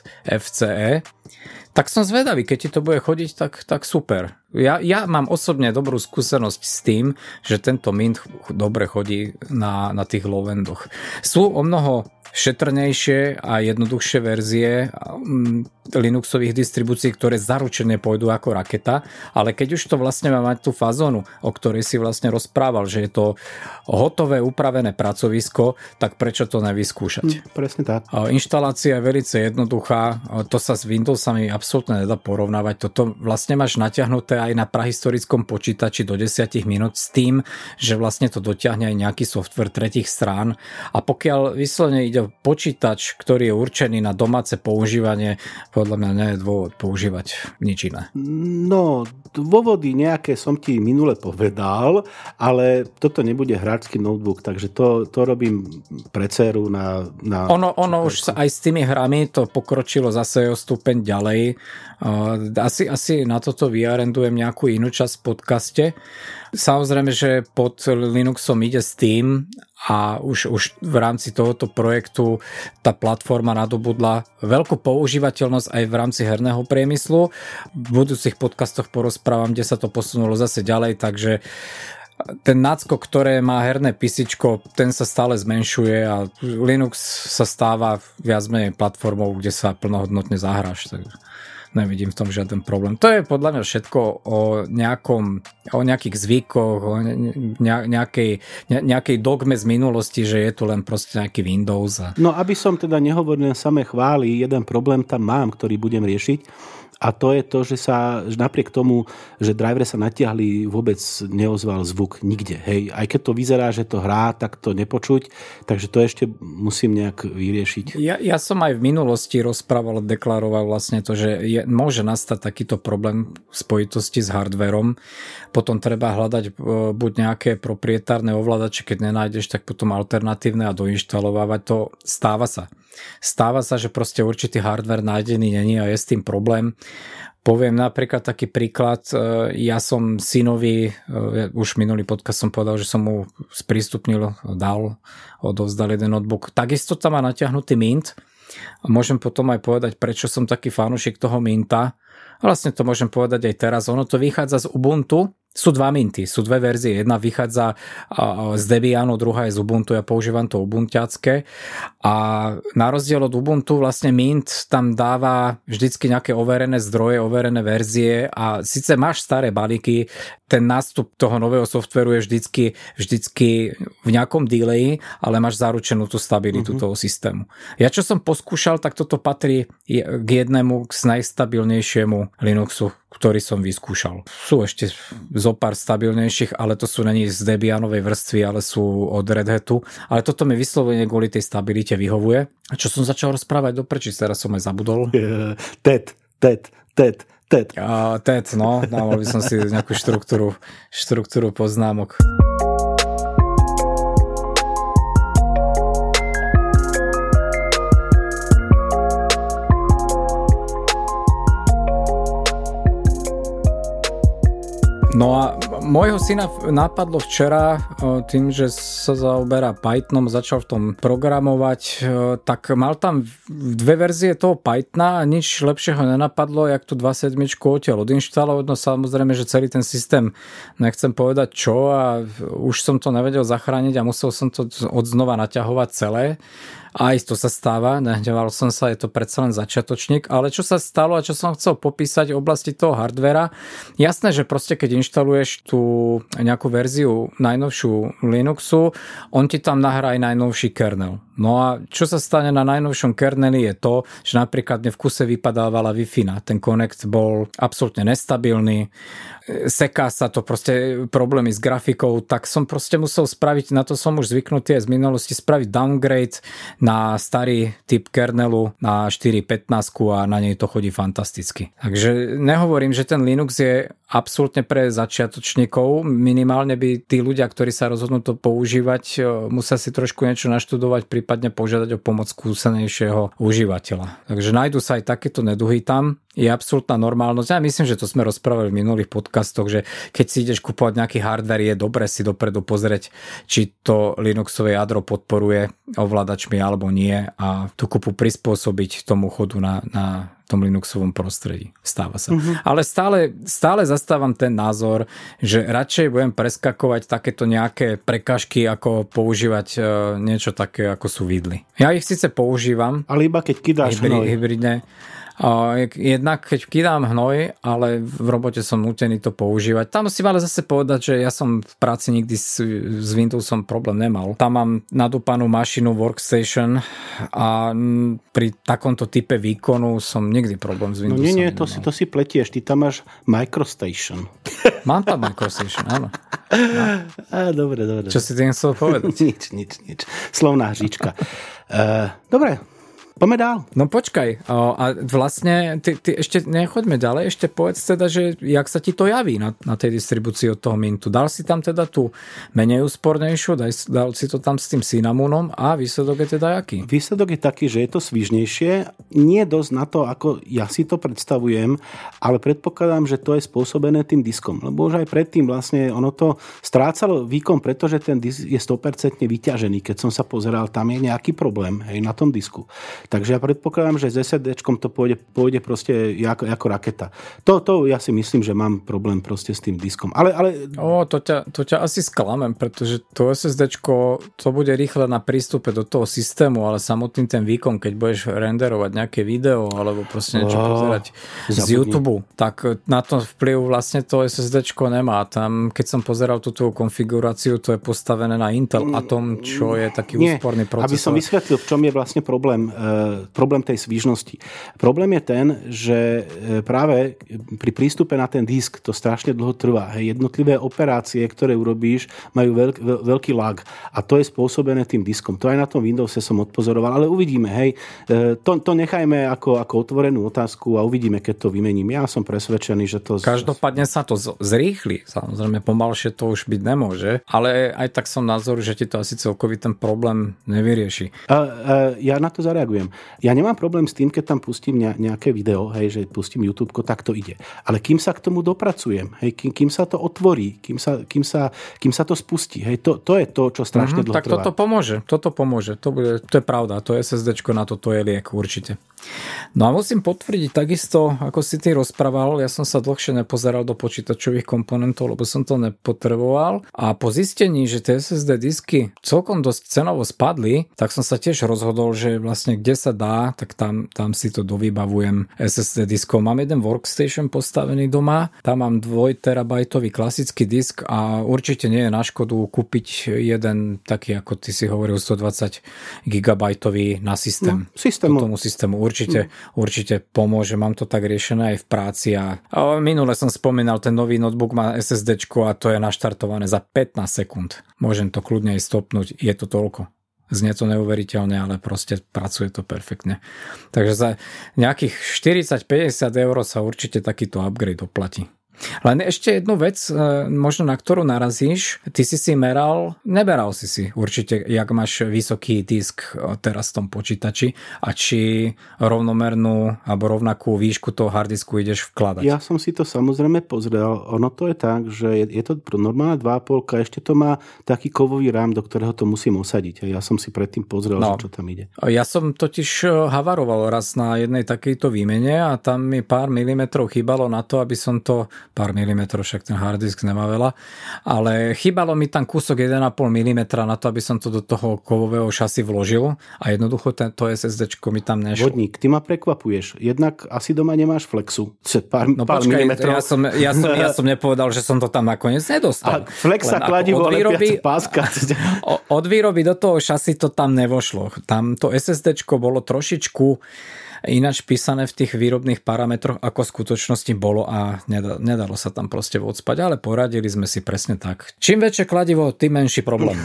XFCE. Tak som zvedavý, keď ti to bude chodiť, tak super. Ja mám osobne dobrú skúsenosť s tým, že tento Mint dobre chodí na tých low-endoch. Sú o mnoho šetrnejšie a jednoduchšie verzie Linuxových distribúcií, ktoré zaručene pôjdu ako raketa, ale keď už to vlastne má mať tú fazónu, o ktorej si vlastne rozprával, že je to hotové, upravené pracovisko, tak prečo to nevyskúšať? Presne tak. Inštalácia je veľmi jednoduchá, to sa s Windowsami absolútne nedá porovnávať. Toto vlastne máš natiahnuté aj na prahistorickom počítači do 10 minút s tým, že vlastne to dotiahne aj nejaký software tretích strán a pokiaľ vyslovene ide o počítač, ktorý je určený na domáce používanie, podľa mňa nie je dôvod používať nič iné. No, dôvody nejaké som ti minule povedal, ale toto nebude hráčsky notebook, takže to robím pre dceru na Ono už aj s tými hrami to pokročilo zase o stupeň ďalej. Asi na toto vyarendujem nejakú inú časť v podcaste. Samozrejme, že pod Linuxom ide Steam a už v rámci tohoto projektu tá platforma nadobudla veľkú používateľnosť aj v rámci herného priemyslu. V budúcich podcastoch porozprávam, kde sa to posunulo zase ďalej, takže ten náckok, ktoré má herné písičko, ten sa stále zmenšuje a Linux sa stáva viac menej platformou, kde sa plnohodnotne zahráš. Nevidím v tom žiaden problém. To je podľa mňa všetko o nejakých zvykoch, o nejakej dogme z minulosti, že je tu len proste nejaký Windows. No aby som teda nehovoril len samé chvály, jeden problém tam mám, ktorý budem riešiť. A to je to, že sa napriek tomu, že drivere sa natiahli, vôbec neozval zvuk nikde. Hej. Aj keď to vyzerá, že to hrá, tak to nepočuť. Takže to ešte musím nejak vyriešiť. Ja som aj v minulosti rozprával a deklaroval vlastne to, že môže nastať takýto problém v spojitosti s hardverom. Potom treba hľadať buď nejaké proprietárne ovládače, keď nenájdeš, tak potom alternatívne a doinštalovávať to. Stáva sa, že proste určitý hardware nájdený není a je s tým problém. Poviem napríklad taký príklad, ja som synovi, už minulý podcast som povedal, že som mu sprístupnil, odovzdal jeden notebook. Takisto tam má natiahnutý Mint. Môžem potom aj povedať, prečo som taký fanúšik toho Minta. Vlastne to môžem povedať aj teraz. Ono to vychádza z Ubuntu. Sú dva Minty, sú dve verzie. Jedna vychádza z Debianu, druhá je z Ubuntu. Ja používam to ubuntiacké. A na rozdiel od Ubuntu vlastne Mint tam dáva vždycky nejaké overené zdroje, overené verzie a síce máš staré balíky, ten nástup toho nového softveru je vždycky v nejakom delayi, ale máš zaručenú tú stabilitu toho systému. Ja čo som poskúšal, tak toto patrí k jednému z najstabilnejšiemu Linuxu, ktorý som vyskúšal. Sú ešte zopár stabilnejších, ale to sú není z Debianovej vrstvy, ale sú od Red Hatu. Ale toto mi vyslovene kvôli tej stabilite vyhovuje. A čo som začal rozprávať dopreči, teraz som aj zabudol. TED. TED, no, dával by som si nejakú štruktúru poznámok. No a môjho syna napadlo včera tým, že sa zaoberá Pythonom, začal v tom programovať, tak mal tam dve verzie toho Pythona a nič lepšieho nenapadlo, jak tu 2.7 odtiaľ odinštalovať. No samozrejme, že celý ten systém, nechcem povedať čo, a už som to nevedel zachrániť a musel som to odznova naťahovať celé. Aj to sa stáva, nehneval som sa, je to predsa len začiatočník, ale čo sa stalo a čo som chcel popísať v oblasti toho hardvera, jasné, že proste keď inštaluješ tú nejakú verziu najnovšiu Linuxu, on ti tam nahrá aj najnovší kernel. No a čo sa stane na najnovšom kerneli je to, že napríklad v kuse vypadávala Wi-Fi, ten connect bol absolútne nestabilný, seká sa to, proste problémy s grafikou, tak som proste musel spraviť, na to som už zvyknutý aj z minulosti, spraviť downgrade na starý typ kernelu na 4.15 a na nej to chodí fantasticky. Takže nehovorím, že ten Linux je absolútne pre začiatočníkov, minimálne by tí ľudia, ktorí sa rozhodnú to používať, musia si trošku niečo naštudovať, prípadne požiadať o pomoc skúsenejšieho užívateľa. Takže nájdu sa aj takéto neduhy tam. Je absolútna normálnosť. Ja myslím, že to sme rozprávali v minulých podcastoch, že keď si ideš kupovať nejaký hardware, je dobre si dopredu pozrieť, či to Linuxové jadro podporuje ovládačmi alebo nie a tú kupu prispôsobiť tomu chodu na tom Linuxovom prostredí. Stáva sa. Ale stále zastávam ten názor, že radšej budem preskakovať takéto nejaké prekážky, ako používať niečo také, ako sú vidly. Ja ich síce používam. Ale iba keď kydáš hnoj. Hybridne. Jednak keď kydám hnoj, ale v robote som nútený to používať. Tam musím ale zase povedať, že ja som v práci nikdy s Windowsom problém nemal. Tam mám nadúpanú mašinu Workstation a pri takomto type výkonu som nikdy problém s Windowsom nie, to si pletieš. Ty tam máš Microstation. Mám tam Microstation, áno. Dobre. Čo si tým chcel povedať? Nič. Slovná hříčka. Dobre. Poďme dál. No počkaj, a vlastne ty ešte nechoďme ďalej, ešte povedz teda, že jak sa ti to javí na tej distribúcii od toho Mintu. Dal si tam teda tú menej úspornejšiu, dal si to tam s tým Cinnamonom a výsledok je teda aký? Výsledok je taký, že je to svižnejšie, nie dosť na to, ako ja si to predstavujem, ale predpokladám, že to je spôsobené tým diskom, lebo už aj predtým vlastne ono to strácalo výkon, pretože ten disk je 100% vyťažený. Keď som sa pozeral, tam je nejaký problém, hej, na tom disku. Takže ja predpokladám, že s SSDčkom to pôjde proste ako raketa. To ja si myslím, že mám problém proste s tým diskom. Ale... To ťa asi sklamem, pretože to SSDčko to bude rýchle na prístupe do toho systému, ale samotný ten výkon, keď budeš renderovať nejaké video alebo proste niečo pozerať z YouTube, tak na to vplyv vlastne to SSDčko nemá. Tam, keď som pozeral túto konfiguráciu, to je postavené na Intel Atom, čo je taký úsporný procesor. Aby som vysvetlil, v čom je vlastne problém tej svížnosti. Problém je ten, že práve pri prístupe na ten disk to strašne dlho trvá. Jednotlivé operácie, ktoré urobíš, majú veľký lag a to je spôsobené tým diskom. To aj na tom Windowse som odpozoroval, ale uvidíme. To nechajme ako otvorenú otázku a uvidíme, keď to vymením. Ja som presvedčený, že to... Každopádne sa to zrýchli. Samozrejme, pomalšie to už byť nemôže, ale aj tak som názoru, že ti to asi celkový ten problém nevyrieši. Ja na to zareagujem. Ja nemám problém s tým, keď tam pustím nejaké video, že pustím YouTube, tak to ide. Ale kým sa k tomu dopracujem, kým sa to otvorí, kým sa to spustí, to je to, čo strašne dlho trvá. Tak toto pomôže. To je pravda. To SSDčko na to je liek určite. No a musím potvrdiť takisto, ako si ty rozprával, ja som sa dlhšie nepozeral do počítačových komponentov, lebo som to nepotreboval a po zistení, že tie SSD disky celkom dosť cenovo spadli, tak som sa tiež rozhodol, že vlastne kde sa dá, tak tam si to dovybavujem SSD diskom. Mám jeden Workstation postavený doma, tam mám 2 terabajtový klasický disk a určite nie je na škodu kúpiť jeden taký, ako ty si hovoril, 120 gigabajtový na systém. Tomu systému určite pomôže. Mám to tak riešené aj v práci a minule som spomínal, ten nový notebook má SSDčko a to je naštartované za 15 sekúnd. Môžem to kľudne aj stopnúť, je to toľko. Znie to neuveriteľne, ale proste pracuje to perfektne. Takže za nejakých 40-50 eur sa určite takýto upgrade oplatí. Len ešte jednu vec, možno na ktorú narazíš, ty si neberal si určite, jak máš vysoký disk teraz v tom počítači a či rovnomernú alebo rovnakú výšku toho hardisku ideš vkladať. Ja som si to samozrejme pozrel. Ono to je tak, že je to normálne 2,5, ešte to má taký kovový rám, do ktorého to musím osadiť. Ja som si predtým pozrel, čo tam ide. Ja som totiž havaroval raz na jednej takejto výmene a tam mi pár milimetrov chýbalo na to, aby som to pár milimetrov, však ten harddisk nemá veľa, ale chýbalo mi tam kúsok 1,5 mm na to, aby som to do toho kovového šasy vložil a jednoducho to SSDčko mi tam nešlo. Vodník, ty ma prekvapuješ. Jednak asi doma nemáš flexu. Pár milimetrov. Ja som nepovedal, že som to tam nakoniec nedostal. A flexa kladivo lepiaca páska. Od výroby do toho šasy to tam nevošlo. Tam to SSDčko bolo trošičku ináč písané v tých výrobných parametroch, ako v skutočnosti bolo a nedalo sa tam proste odspať, ale poradili sme si presne tak. Čím väčšie kladivo, tým menší problém.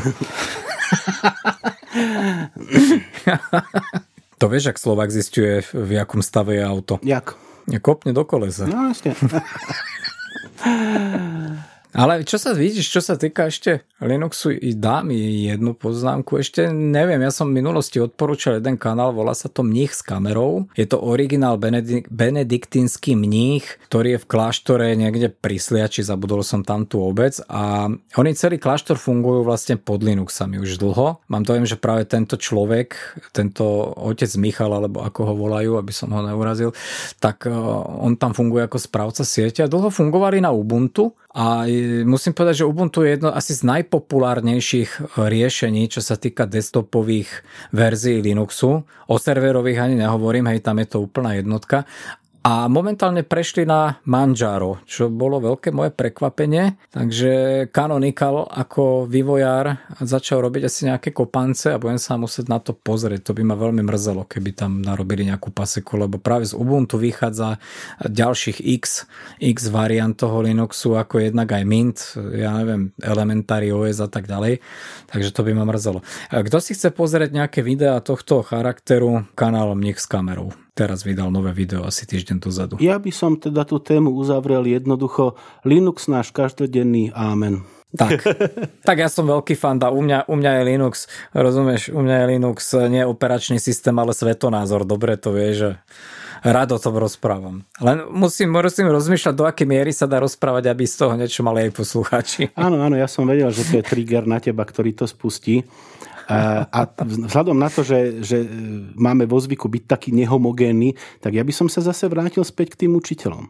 To vieš, ak Slovák zisťuje, v jakom stave je auto? Jak? Kopne do kolesa. No, jasne. Ale čo sa týka ešte Linuxu i dám jednu poznámku. Ešte neviem, ja som v minulosti odporúčal jeden kanál, volá sa to Mních s kamerou. Je to originál benediktínsky mních, ktorý je v kláštore niekde pri Sliači, zabudol som tam tú obec a oni celý kláštor fungujú vlastne pod Linuxami už dlho. Mám dojem, že práve tento človek, tento otec Michal, alebo ako ho volajú, aby som ho neurazil, tak on tam funguje ako správca siete a dlho fungovali na Ubuntu a musím povedať, že Ubuntu je jedno asi z najpopulárnejších riešení, čo sa týka desktopových verzií Linuxu. O serverových ani nehovorím, hej, tam je to úplná jednotka. A momentálne prešli na Manjaro, čo bolo veľké moje prekvapenie. Takže Canonical ako vývojár začal robiť asi nejaké kopance a budem sa musieť na to pozrieť. To by ma veľmi mrzelo, keby tam narobili nejakú paseku, lebo práve z Ubuntu vychádza ďalších x variant toho Linuxu, ako jednak aj Mint, ja neviem, Elementary OS a tak ďalej. Takže to by ma mrzelo. Kto si chce pozrieť nejaké videá tohto charakteru, kanál Mních s kamerou. Teraz vydal nové video asi týždeň dozadu. Ja by som teda tú tému uzavrel jednoducho. Linux náš každodenný ámen. Tak ja som veľký fanda. U mňa je Linux, rozumieš, u mňa je Linux nie operačný systém, ale svetonázor. Dobre to vieš, že rád o tom rozprávam. Len musím rozmýšľať, do akej miery sa dá rozprávať, aby z toho niečo mali aj poslucháči. Áno, ja som vedel, že to je trigger na teba, ktorý to spustí. A vzhľadom na to, že máme vo zvyku byť taký nehomogénny, tak ja by som sa zase vrátil späť k tým učiteľom.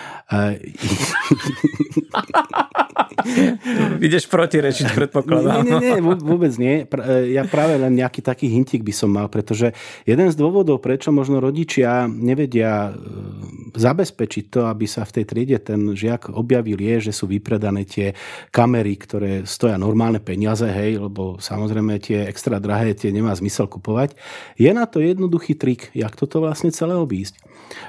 Ideš protirečiť, predpokladám. Nie, vôbec nie. Ja práve len nejaký taký hintík by som mal, pretože jeden z dôvodov, prečo možno rodičia nevedia zabezpečiť to, aby sa v tej triede ten žiak objavil, je, že sú vypredané tie kamery, ktoré stoja normálne peniaze, hej, lebo samozrejme tie extra drahé tie nemá zmysel kupovať. Je na to jednoduchý trik, jak toto vlastne celé obísť.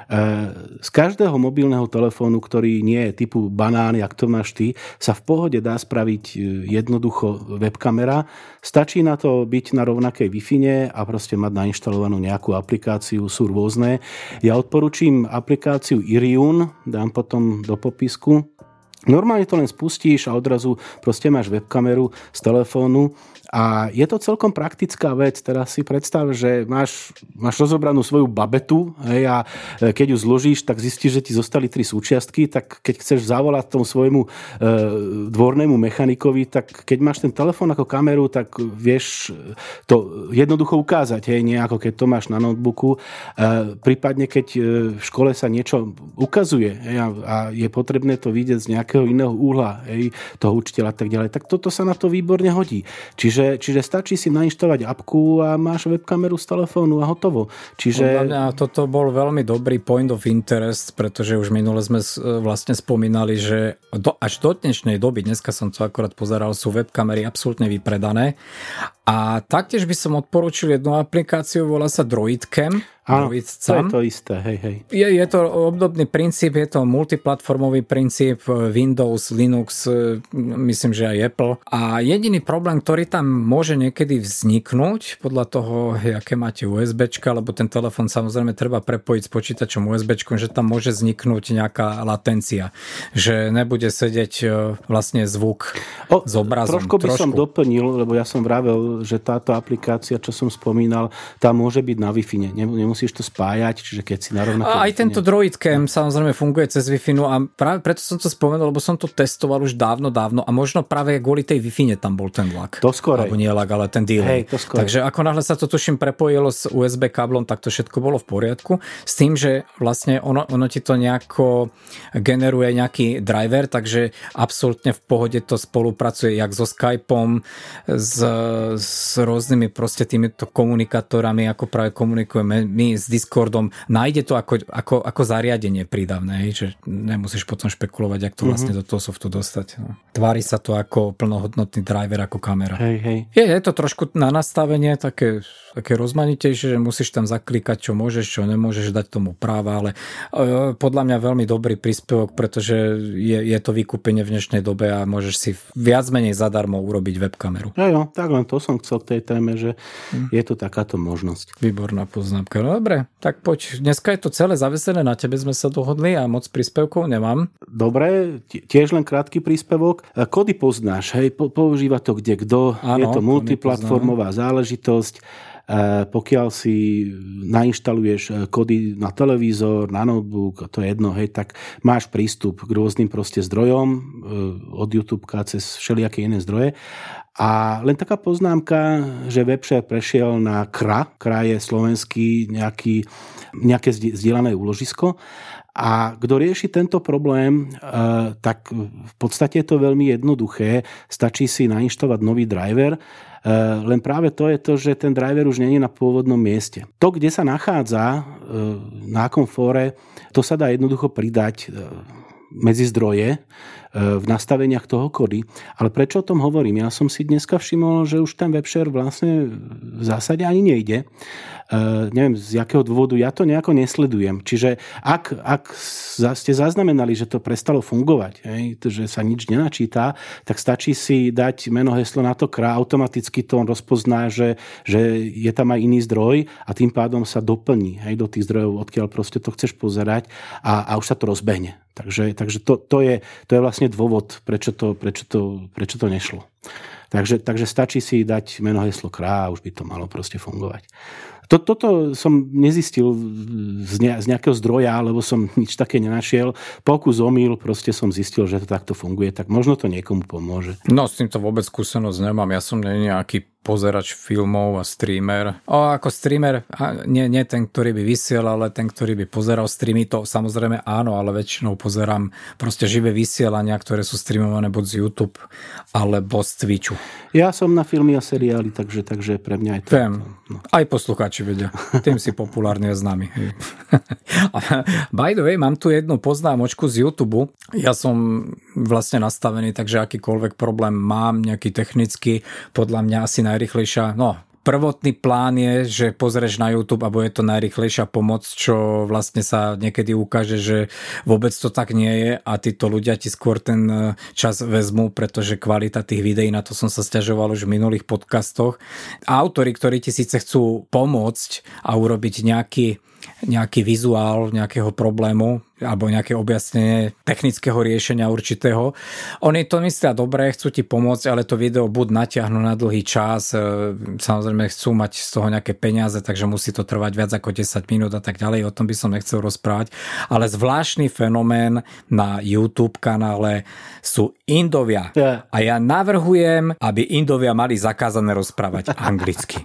Z každého mobilného telefónu, ktorý nie je typu banán, jak to máš ty, sa v pohode dá spraviť jednoducho webkamera. Stačí na to byť na rovnakej Wi-Fi a proste mať nainštalovanú nejakú aplikáciu, sú rôzne. Ja odporúčam aplikáciu Iriun, dám potom do popisku. Normálne to len spustíš a odrazu proste máš webkameru z telefónu a je to celkom praktická vec. Teraz si predstav, že máš rozobranú svoju babetu, hej, a keď ju zložíš, tak zistíš, že ti zostali 3 súčiastky, tak keď chceš zavolať tomu svojmu dvornému mechanikovi, tak keď máš ten telefón ako kameru, tak vieš to jednoducho ukázať, hej, nie ako keď to máš na notebooku. Prípadne keď v škole sa niečo ukazuje, hej, a je potrebné to vidieť z nejakého iného úhla, hej, toho učiteľa a tak ďalej, tak toto sa na to výborne hodí. Čiže stačí si nainštalovať apku a máš webkameru z telefónu a hotovo. Podľa mňa toto bol veľmi dobrý point of interest, pretože už minule sme vlastne spomínali, že až do dnešnej doby, dneska som to akorát pozeral, sú webkamery absolútne vypredané. A taktiež by som odporúčil jednu aplikáciu, volá sa Droidcam. Áno, to je to isté, hej. Je to obdobný princíp, je to multiplatformový princíp, Windows, Linux, myslím, že aj Apple. A jediný problém, ktorý tam môže niekedy vzniknúť, podľa toho, aké máte USBčka, lebo ten telefón samozrejme treba prepojiť s počítačom USBčkom, že tam môže vzniknúť nejaká latencia, že nebude sedieť vlastne zvuk s obrazom. Trošku by som doplnil, lebo ja som vravel, že táto aplikácia, čo som spomínal, tá môže byť na Wi-Fi. Nemusíš to spájať, čiže keď si na rovnaké... Aj tento Droidcam samozrejme funguje cez Wi-Fi, no a práve preto som to spomenul, lebo som to testoval už dávno a možno práve kvôli tej Wi-Fi tam bol ten lag. To skorej. Alebo nie lag, ale ten delay. Takže ako náhle sa to tuším prepojilo s USB káblom, tak to všetko bolo v poriadku. S tým, že vlastne ono ti to nejako generuje nejaký driver, takže absolútne v pohode to spolupracuje jak so Skypeom, s rôznymi proste týmito komunikátorami, ako práve komunikujeme my s Discordom. Nájde to ako zariadenie prídavné, že nemusíš potom špekulovať, jak to vlastne do toho softu dostať. No. Tvári sa to ako plnohodnotný driver, ako kamera. Hej. Je to trošku na nastavenie také rozmanitejšie, že musíš tam zaklikať, čo môžeš, čo nemôžeš, dať tomu práva, ale podľa mňa veľmi dobrý príspevok, pretože je to vykúpenie v dnešnej dobe a môžeš si viac menej zadarmo urobiť webkameru. Jo, tak len to som chcel k tej téme, že je tu takáto možnosť. Výborná poznámka. No dobre, tak poď. Dneska je to celé zavesené na tebe, sme sa dohodli a moc príspevkov nemám. Dobre, tiež len krátky príspevok. Kody poznáš, hej, používa to kto. Je to multiplatformová záležitosť. Pokiaľ si nainštaluješ kody na televízor, na notebook, to je jedno, hej, tak máš prístup k rôznym proste zdrojom od YouTubeka cez všelijaké iné zdroje. A len taká poznámka, že Webshare prešiel na KRA. KRA je slovenský nejaké zdieľané úložisko. A kto rieši tento problém, tak v podstate je to veľmi jednoduché. Stačí si nainštalovať nový driver. Len práve to je to, že ten driver už nie je na pôvodnom mieste. To, kde sa nachádza, na akom fóre, to sa dá jednoducho pridať medzi zdroje v nastaveniach toho kody. Ale prečo o tom hovorím? Ja som si dneska všimol, že už ten Webshare vlastne v zásade ani nejde. Neviem, z jakého dôvodu, ja to nejako nesledujem. Čiže ak ste zaznamenali, že to prestalo fungovať, že sa nič nenačíta, tak stačí si dať meno, heslo na to KRA, automaticky to on rozpozná, že je tam aj iný zdroj a tým pádom sa doplní do tých zdrojov, odkiaľ proste to chceš pozerať a už sa to rozbehne. Takže to je vlastne dôvod, prečo to nešlo. Takže stačí si dať meno, heslo KRA a už by to malo proste fungovať. Toto som nezistil z nejakého zdroja, lebo som nič také nenašiel. Pokus omyl, proste som zistil, že to takto funguje, tak možno to niekomu pomôže. No, s týmto vôbec skúsenosť nemám. Ja som nejaký pozerač filmov a streamer. Ako streamer, nie ten, ktorý by vysielal, ale ten, ktorý by pozeral streamy, to samozrejme áno, ale väčšinou pozerám proste živé vysielania, ktoré sú streamované buď z YouTube, alebo z Twitchu. Ja som na filmy a seriály, takže pre mňa je to... No. Aj poslucháči vedia. Tým si populárne známy. By the way, mám tu jednu poznámočku z YouTube. Ja som vlastne nastavený, takže akýkoľvek problém mám, nejaký technický, podľa mňa asi najrýchlejšia, prvotný plán je, že pozrieš na YouTube a bude to najrýchlejšia pomoc, čo vlastne sa niekedy ukáže, že vôbec to tak nie je a títo ľudia ti skôr ten čas vezmú, pretože kvalita tých videí, na to som sa sťažoval už v minulých podcastoch. A autori, ktorí ti síce chcú pomôcť a urobiť nejaký vizuál nejakého problému alebo nejaké objasnenie technického riešenia určitého. Oni to myslia dobre, chcú ti pomôcť, ale to video buď natiahnu na dlhý čas, samozrejme chcú mať z toho nejaké peniaze, takže musí to trvať viac ako 10 minút a tak ďalej, o tom by som nechcel rozprávať. Ale zvláštny fenomén na YouTube kanále sú Indovia. A ja navrhujem, aby Indovia mali zakázané rozprávať anglicky.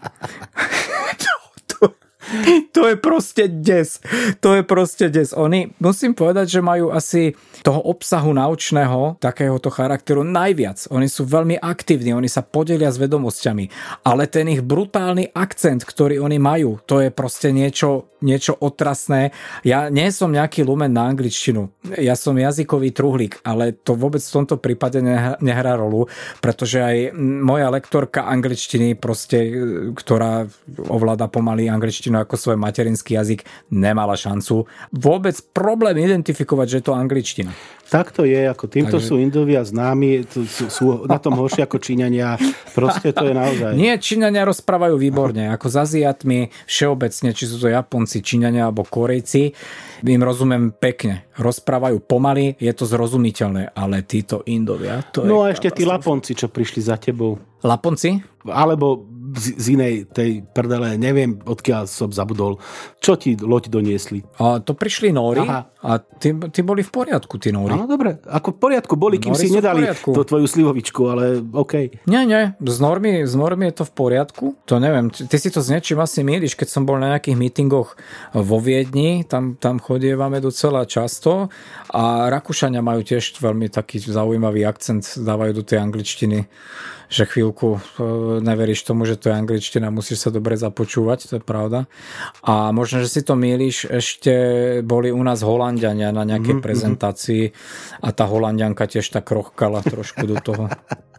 To je proste des. Oni, musím povedať, že majú asi toho obsahu naučného, takéhoto charakteru najviac. Oni sú veľmi aktívni, oni sa podelia s vedomosťami, ale ten ich brutálny akcent, ktorý oni majú, to je proste niečo otrasné. Ja nie som nejaký lumen na angličtinu. Ja som jazykový truhlík, ale to vôbec v tomto prípade nehrá rolu, pretože aj moja lektorka angličtiny proste, ktorá ovláda pomaly angličtinu ako svoj materinský jazyk, nemala šancu vôbec problém identifikovať, že je to angličtina. Tak to je, ako týmto sú Indovia známi, sú na tom horšie ako Číňania, proste to je naozaj. Nie, Číňania rozprávajú výborne, ako s Aziatmi, všeobecne, či sú to Japonci, Číňania alebo Korejci, im rozumiem pekne. Rozprávajú pomaly, je to zrozumiteľné, ale títo Indovia, to je... No a ešte tí Laponci, čo prišli za tebou. Laponci? Alebo z inej tej prdele, neviem, odkiaľ som zabudol. Čo ti loď doniesli? A to prišli Nóri. Aha. A tí boli v poriadku, tí Nóri. No dobre, ako v poriadku boli, kým si nedali tú tvoju slivovičku, ale OK. Nie, z normy je to v poriadku. To neviem, ty si to s niečím asi mýliš, keď som bol na nejakých mítingoch vo Viedni, tam chodievame docela často a Rakúšania majú tiež veľmi taký zaujímavý akcent, dávajú do tej angličtiny, že chvíľku neveríš tomu, že to je angličtina, musíš sa dobre započúvať, to je pravda. A možno, že si to mýliš, ešte boli u nás Holanďania na nejakej prezentácii a tá Holanďanka tiež tak rochkala trošku do toho.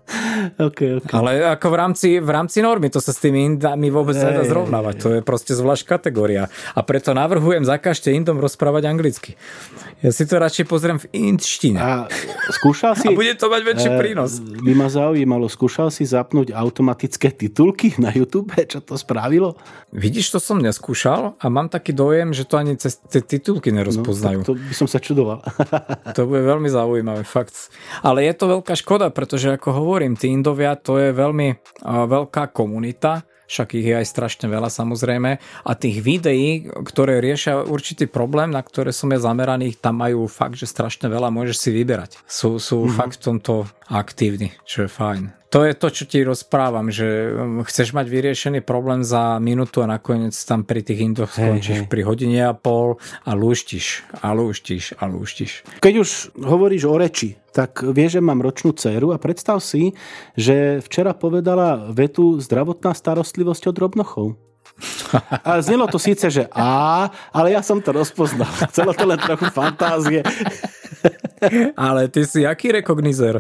Okay. Ale ako v rámci normy, to sa s tými Indami vôbec nedá zrovnávať. To je proste zvlášť kategória. A preto navrhujem, zakažte Indom rozprávať anglicky. Ja si to radšej pozriem v indštine. A skúšal si... A bude to mať väčší prínos. By ma zaujímalo, skúšal si zapnúť automatické titulky na YouTube? Čo to spravilo? Vidíš, to som neskúšal a mám taký dojem, že to ani cez tie titulky nerozpoznajú. No, to by som sa čudoval. To bude veľmi zaujímavé, fakt. Ale je to veľká škoda, pretože ako hovorím, tí Indovia, to je veľmi veľká komunita, však ich je aj strašne veľa samozrejme a tých videí, ktoré riešia určitý problém, na ktoré som ja zameraný, tam majú fakt, že strašne veľa, môžeš si vyberať. Sú fakt v tomto aktívni, čo je fajn. To je to, čo ti rozprávam, že chceš mať vyriešený problém za minútu a nakoniec tam pri tých Indoch skončíš pri hodine a pol a lúštiš. Keď už hovoríš o reči, tak vieš, že mám ročnú dcéru a predstav si, že včera povedala vetu zdravotná starostlivosť od drobnochov. A znelo to síce, že ale ja som to rozpoznal. Chcelo to len trochu fantázie. Ale ty si aký rekognizer?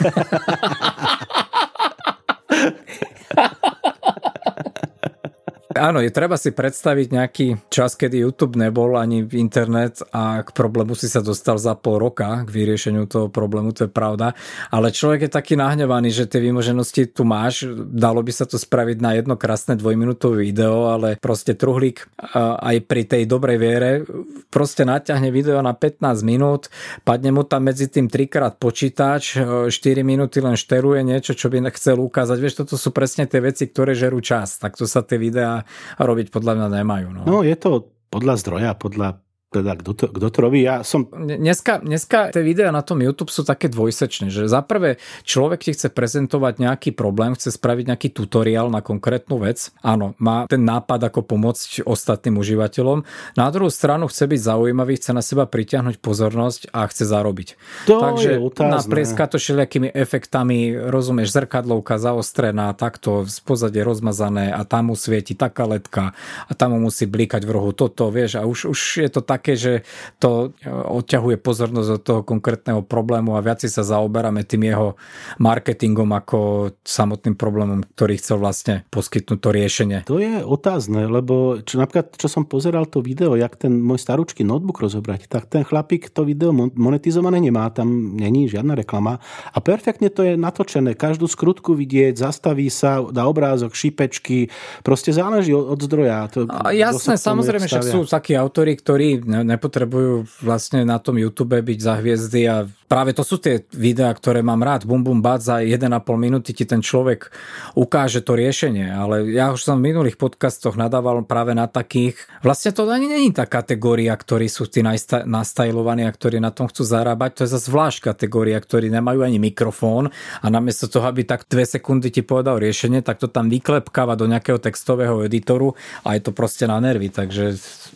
Áno, je treba si predstaviť nejaký čas, kedy YouTube nebol ani internet a k problému si sa dostal za pol roka k vyriešeniu toho problému, to je pravda. Ale človek je taký nahnevaný, že tie výmoženosti tu máš, dalo by sa to spraviť na jedno krásne 2-minútové video, ale proste truhlík aj pri tej dobrej viere proste naťahne video na 15 minút, padne mu tam medzi tým 3-krát počítač, 4 minúty len šteruje niečo, čo by chcel ukázať. Vieš, toto sú presne tie veci, ktoré žerú čas. Takto sa tie videá robiť podľa mňa nemajú. No je to podľa zdroja, teda kto to robí? Ja som... Dneska tie videá na tom YouTube sú také dvojsečné, že za prvé človek ti chce prezentovať nejaký problém, chce spraviť nejaký tutoriál na konkrétnu vec. Áno, má ten nápad, ako pomôcť ostatným užívateľom. Na druhú stranu chce byť zaujímavý, chce na seba pritiahnuť pozornosť a chce zarobiť. Takže naprieska to všelijakými efektami, rozumieš, zrkadlovka zaostrená, takto z pozadie rozmazané a tam mu svieti taká ledka a tam mu musí blikať v rohu toto, vieš, a už je to také, že to odťahuje pozornosť od toho konkrétneho problému a viac sa zaoberáme tým jeho marketingom ako samotným problémom, ktorý chcel vlastne poskytnúť to riešenie. To je otázne, lebo napríklad, čo som pozeral to video, jak ten môj starúčky notebook rozobrať, tak ten chlapík to video monetizované nemá, tam není žiadna reklama a perfektne to je natočené, každú skrutku vidieť, zastaví sa, dá obrázok, šípečky, proste záleží od zdroja. Jasné, samozrejme, však sú takí autori, ktorí nepotrebujú vlastne na tom YouTube byť za hviezdy a práve to sú tie videá, ktoré mám rád. Bum, bum, bát, za 1,5 minúty ti ten človek ukáže to riešenie. Ale ja už som v minulých podcastoch nadával práve na takých. Vlastne to ani není tá kategória, ktorí sú tí nastajlovaní a ktorí na tom chcú zarábať. To je zase zvlášť kategória, ktorí nemajú ani mikrofón a namiesto toho, aby tak 2 sekundy ti povedal riešenie, tak to tam vyklepkáva do nejakého textového editoru a je to proste na nervy. Takže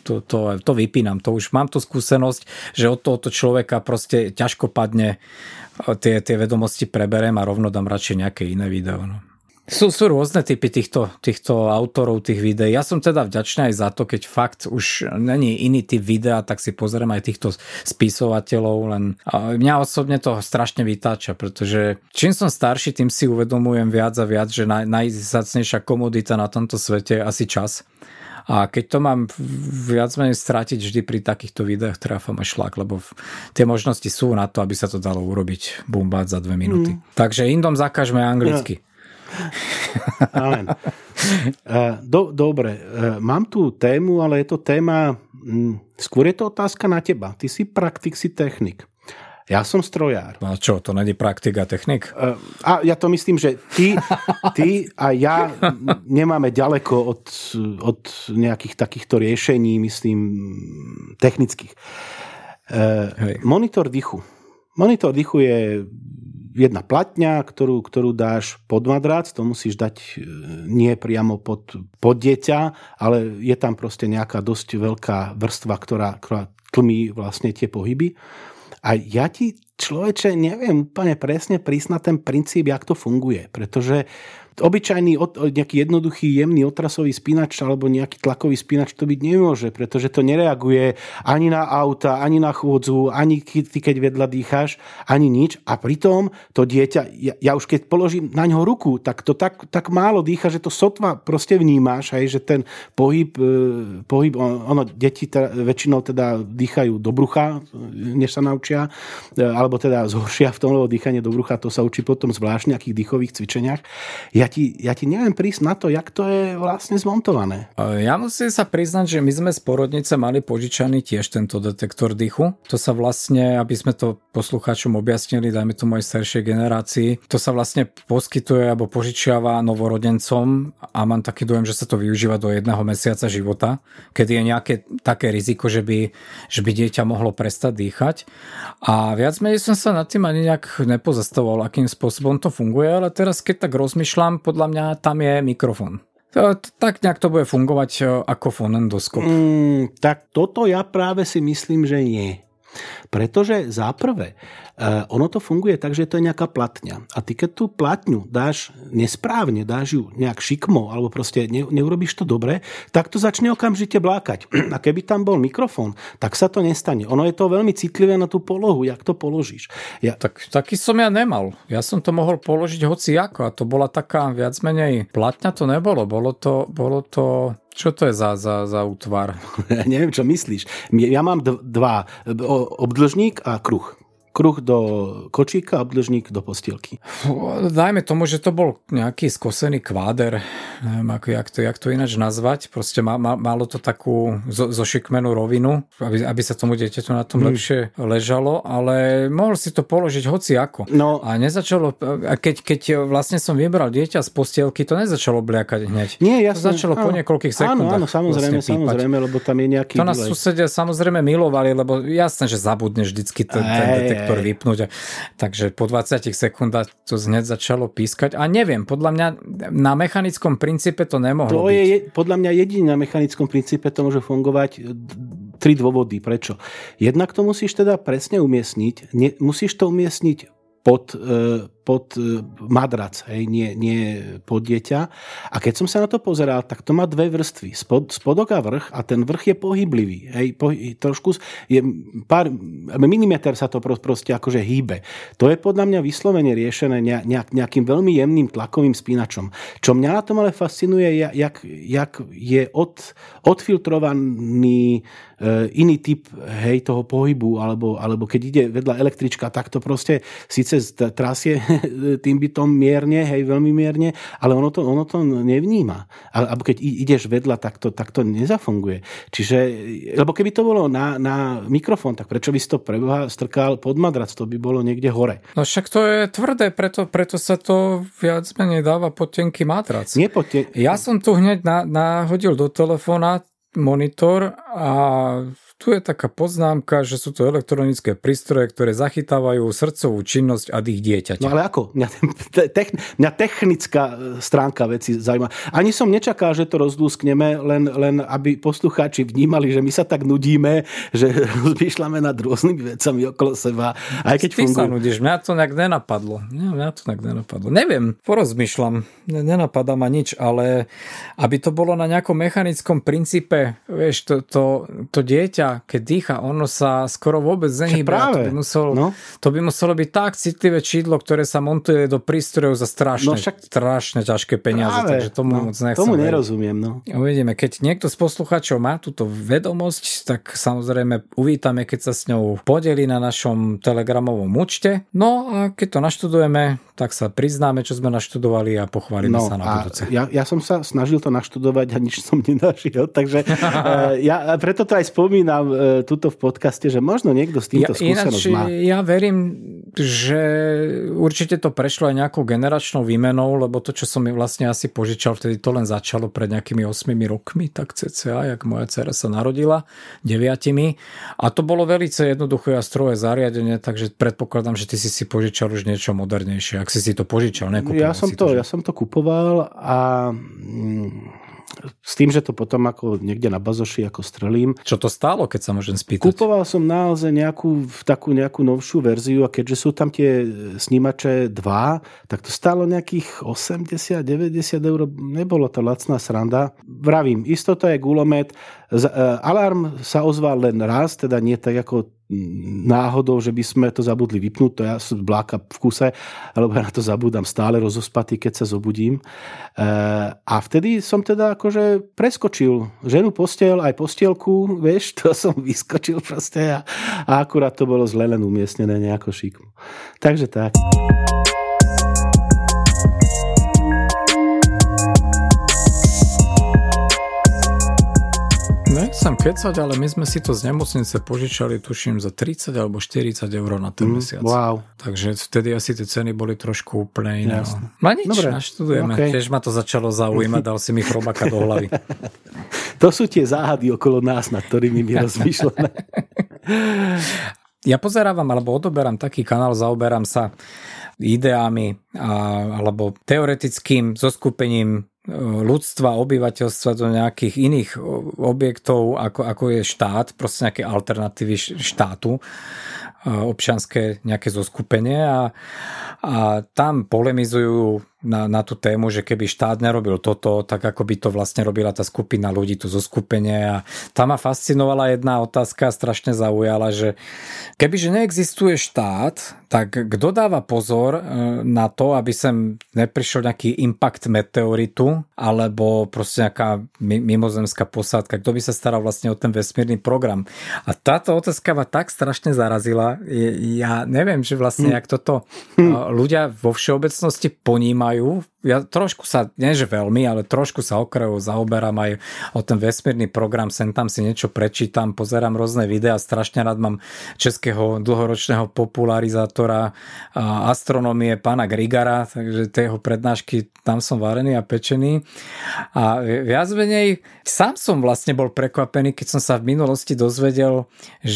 to vypínam. To už mám tú skúsenosť, že od tohoto človeka proste ťažko padne tie vedomosti preberiem a rovno dám radšej nejaké iné video. No. Sú rôzne typy týchto autorov tých videí. Ja som teda vďačný aj za to, keď fakt už není iný typ videa, tak si pozriem aj týchto spisovateľov, len mňa osobne to strašne vytáča, pretože čím som starší, tým si uvedomujem viac a viac, že najzácnejšia komodita na tomto svete je asi čas. A keď to mám viac menej strátiť vždy pri takýchto videách, trafám aj šlak, lebo tie možnosti sú na to, aby sa to dalo urobiť bumbát za 2 minúty. Takže Indom zakažme anglicky. Amen. Dobre, mám tu tému, ale je to téma, skôr je to otázka na teba. Ty si praktik, si technik. Ja som strojár. A čo, to není praktik a technik? A ja to myslím, že ty a ja nemáme ďaleko od nejakých takýchto riešení, myslím, technických. Monitor dychu. Monitor dychu je jedna platňa, ktorú dáš pod madrac, to musíš dať nie priamo pod dieťa, ale je tam proste nejaká dosť veľká vrstva, ktorá tlmí vlastne tie pohyby. A ja ti, človeče, neviem úplne presne prísť na ten princíp, jak to funguje, pretože Obyčajný, nejaký jednoduchý, jemný otrasový spínač alebo nejaký tlakový spínač to byť nemôže, pretože to nereaguje ani na auta, ani na chôdzu, ani ty, keď vedľa dýcháš, ani nič. A pritom to dieťa, ja už keď položím na ňo ruku, tak to tak málo dýcha, že to sotva proste vnímáš, hej, že ten pohyb deti väčšinou teda dýchajú do brucha, než sa naučia, alebo teda zhoršia v tom, lebo dýchanie do brucha, to sa učí potom zvlášť v nejakých dýchových cvičeniach. Ja ti neviem prísť na to, jak to je vlastne zmontované. Ja musím sa priznať, že my sme z porodnice mali požičaný tiež tento detektor dýchu. To sa vlastne, aby sme to poslucháčom objasnili, dajme to mojej staršej generácii, to sa vlastne poskytuje alebo požičiava novorodencom a mám taký dojem, že sa to využíva do 1 mesiaca života, keď je nejaké také riziko, že by dieťa mohlo prestať dýchať. A viac menej som sa nad tým ani nejak nepozastavoval, akým spôsobom to funguje, ale teraz keď tak rozmýšľam, podľa mňa tam je mikrofón. Tak nejak to bude fungovať ako fonendoskop. Tak toto ja práve si myslím, že nie. Pretože záprve, ono to funguje tak, že to je nejaká platňa. A ty keď tú platňu dáš nesprávne, dáš ju nejak šikmo, alebo proste neurobíš to dobre, tak to začne okamžite blákať. A keby tam bol mikrofón, tak sa to nestane. Ono je to veľmi citlivé na tú polohu, jak to položíš. Taký som ja nemal. Ja som to mohol položiť hociako a to bola taká viac menej platňa to nebolo. Bolo to čo to je za útvar? Ja neviem, čo myslíš. Ja mám dva. Obdĺžník a kruh. Kruh do kočíka a obdĺžník do postielky. Dajme tomu, že to bol nejaký skosený kváder. Neviem, jak to ináč nazvať. Proste malo to takú zošikmenú rovinu, aby sa tomu dieťaťu na tom lepšie ležalo, ale mohol si to položiť hociako. No. A nezačalo, keď vlastne som vybral dieťa z postielky, to nezačalo bliakať hneď. Nie, jasne. To začalo po niekoľkých sekundách. Áno, samozrejme, lebo tam je nejaký... To nás susedia samozrejme milovali, lebo jasné, že zabudneš vždycky ten detektor vypnúť. Takže po 20 sekundách to hneď začalo pískať. A neviem, podľa mňa na mechanickom princípe to nemohlo byť. Podľa mňa jediný na mechanickom princípe to môže fungovať 3 dôvody. Prečo? Jednak to musíš teda presne umiestniť. Musíš to umiestniť pod madrac, hej, nie pod dieťa. A keď som sa na to pozeral, tak to má 2 vrstvy. Spodok a vrch, a ten vrch je pohyblivý. Hej, trošku je pár milimeter sa to proste akože hýbe. To je podľa mňa vyslovene riešené nejakým veľmi jemným tlakovým spínačom. Čo mňa na tom ale fascinuje, jak je odfiltrovaný iný typ, hej, toho pohybu, alebo keď ide vedľa električka, tak to proste síce trasie tým bytom mierne, hej, veľmi mierne, ale ono to nevníma. Alebo keď ideš vedľa, tak to nezafunguje. Čiže, lebo keby to bolo na mikrofón, tak prečo by si to preboha strkal pod madrac? To by bolo niekde hore. No však to je tvrdé, preto sa to viac menej dáva pod tenký matrac. Ja som tu hneď nahodil do telefóna monitor a tu je taká poznámka, že sú to elektronické prístroje, ktoré zachytávajú srdcovú činnosť a dých dieťaťa. No ale ako? Mňa technická stránka veci zaujíma. Ani som nečakal, že to rozdúskneme, len aby poslucháči vnímali, že my sa tak nudíme, že rozmýšľame nad rôznymi vecami okolo seba. Aj keď Ty sa nudíš, mňa to nejak nenapadlo. Neviem, porozmýšľam. Nenapadá ma nič, ale aby to bolo na nejakom mechanickom princípe, vieš, to dieťa, keď dýcha, ono sa skoro vôbec nehýba. To by muselo byť tak citlivé čidlo, ktoré sa montuje do prístrojov za strašne ťažké peniaze. Takže tomu moc nechcem. Tomu nerozumiem. No. Uvidíme. Keď niekto z poslucháčov má túto vedomosť, tak samozrejme uvítame, keď sa s ňou podelí na našom telegramovom účte. No a keď to naštudujeme, tak sa priznáme, čo sme naštudovali a pochválime sa na budúce. Ja som sa snažil to naštudovať a nič som nenašiel, takže ja preto to aj spomínam tuto v podcaste, že možno niekto s týmto skúsenosť má. Ja verím, že určite to prešlo aj nejakou generačnou výmenou, lebo to, čo som mi vlastne asi požičal, vtedy to len začalo pred nejakými 8 rokmi, tak cca, jak moja dcera sa narodila, 9. A to bolo veľmi jednoduché a stroje zariadenie, takže predpokladám, že ty si požičal už niečo modernejšie. Ak si to požičal, nekúpil Ja som to kupoval a s tým, že to potom ako niekde na bazoši ako strelím. Čo to stálo, keď sa môžem spýtať? Kupoval som naozaj nejakú novšiu verziu a keďže sú tam tie snímače 2, tak to stálo nejakých 80-90 eur. Nebolo to lacná sranda. Vravím, istota je gulomet. Alarm sa ozval len raz, teda nie tak ako náhodou, že by sme to zabudli vypnúť, to ja som bláka v kuse, lebo ja na to zabúdam stále rozospatý, keď sa zobudím. A vtedy som teda akože preskočil ženu posteľ, aj postielku, vieš, to som vyskočil proste a akurát to bolo zle len umiestnené nejako šikmo. Takže tak. Nechcem kecať, ale my sme si to z nemocnice požičali, tuším, za 30 alebo 40 eur na ten mesiac. Wow. Takže vtedy asi tie ceny boli trošku úplne iné. No nič, dobre, naštudujeme. Okay. Tiež ma to začalo zaujímať, dal si mi chrobaka do hlavy. To sú tie záhady okolo nás, nad ktorými my rozmýšľame. Ja pozerávam, alebo odoberám taký kanál, zaoberám sa ideami alebo teoretickým zoskupením ľudstva, obyvateľstva do nejakých iných objektov, ako je štát, proste nejaké alternatívy štátu, občianske nejaké zoskupenie a tam polemizujú na tú tému, že keby štát nerobil toto, tak ako by to vlastne robila tá skupina ľudí, to zoskupenie. A tam ma fascinovala jedna otázka, strašne zaujala, že kebyže neexistuje štát, tak kto dáva pozor na to, aby sem neprišiel nejaký impact meteoritu, alebo proste nejaká mimozemská posádka, kto by sa staral vlastne o ten vesmírny program. A táto otázka ma tak strašne zarazila. Ja neviem, že vlastne jak toto ľudia vo všeobecnosti ponímajú. Ja trošku sa, nie že veľmi, ale trošku sa okrajovo zaoberám aj o ten vesmírny program, sem tam si niečo prečítam, pozerám rôzne videá, strašne rád mám českého dlhoročného popularizátora astronómie pána Grigara, takže tie jeho prednášky, tam som varený a pečený. A viac menej sám som vlastne bol prekvapený, keď som sa v minulosti dozvedel,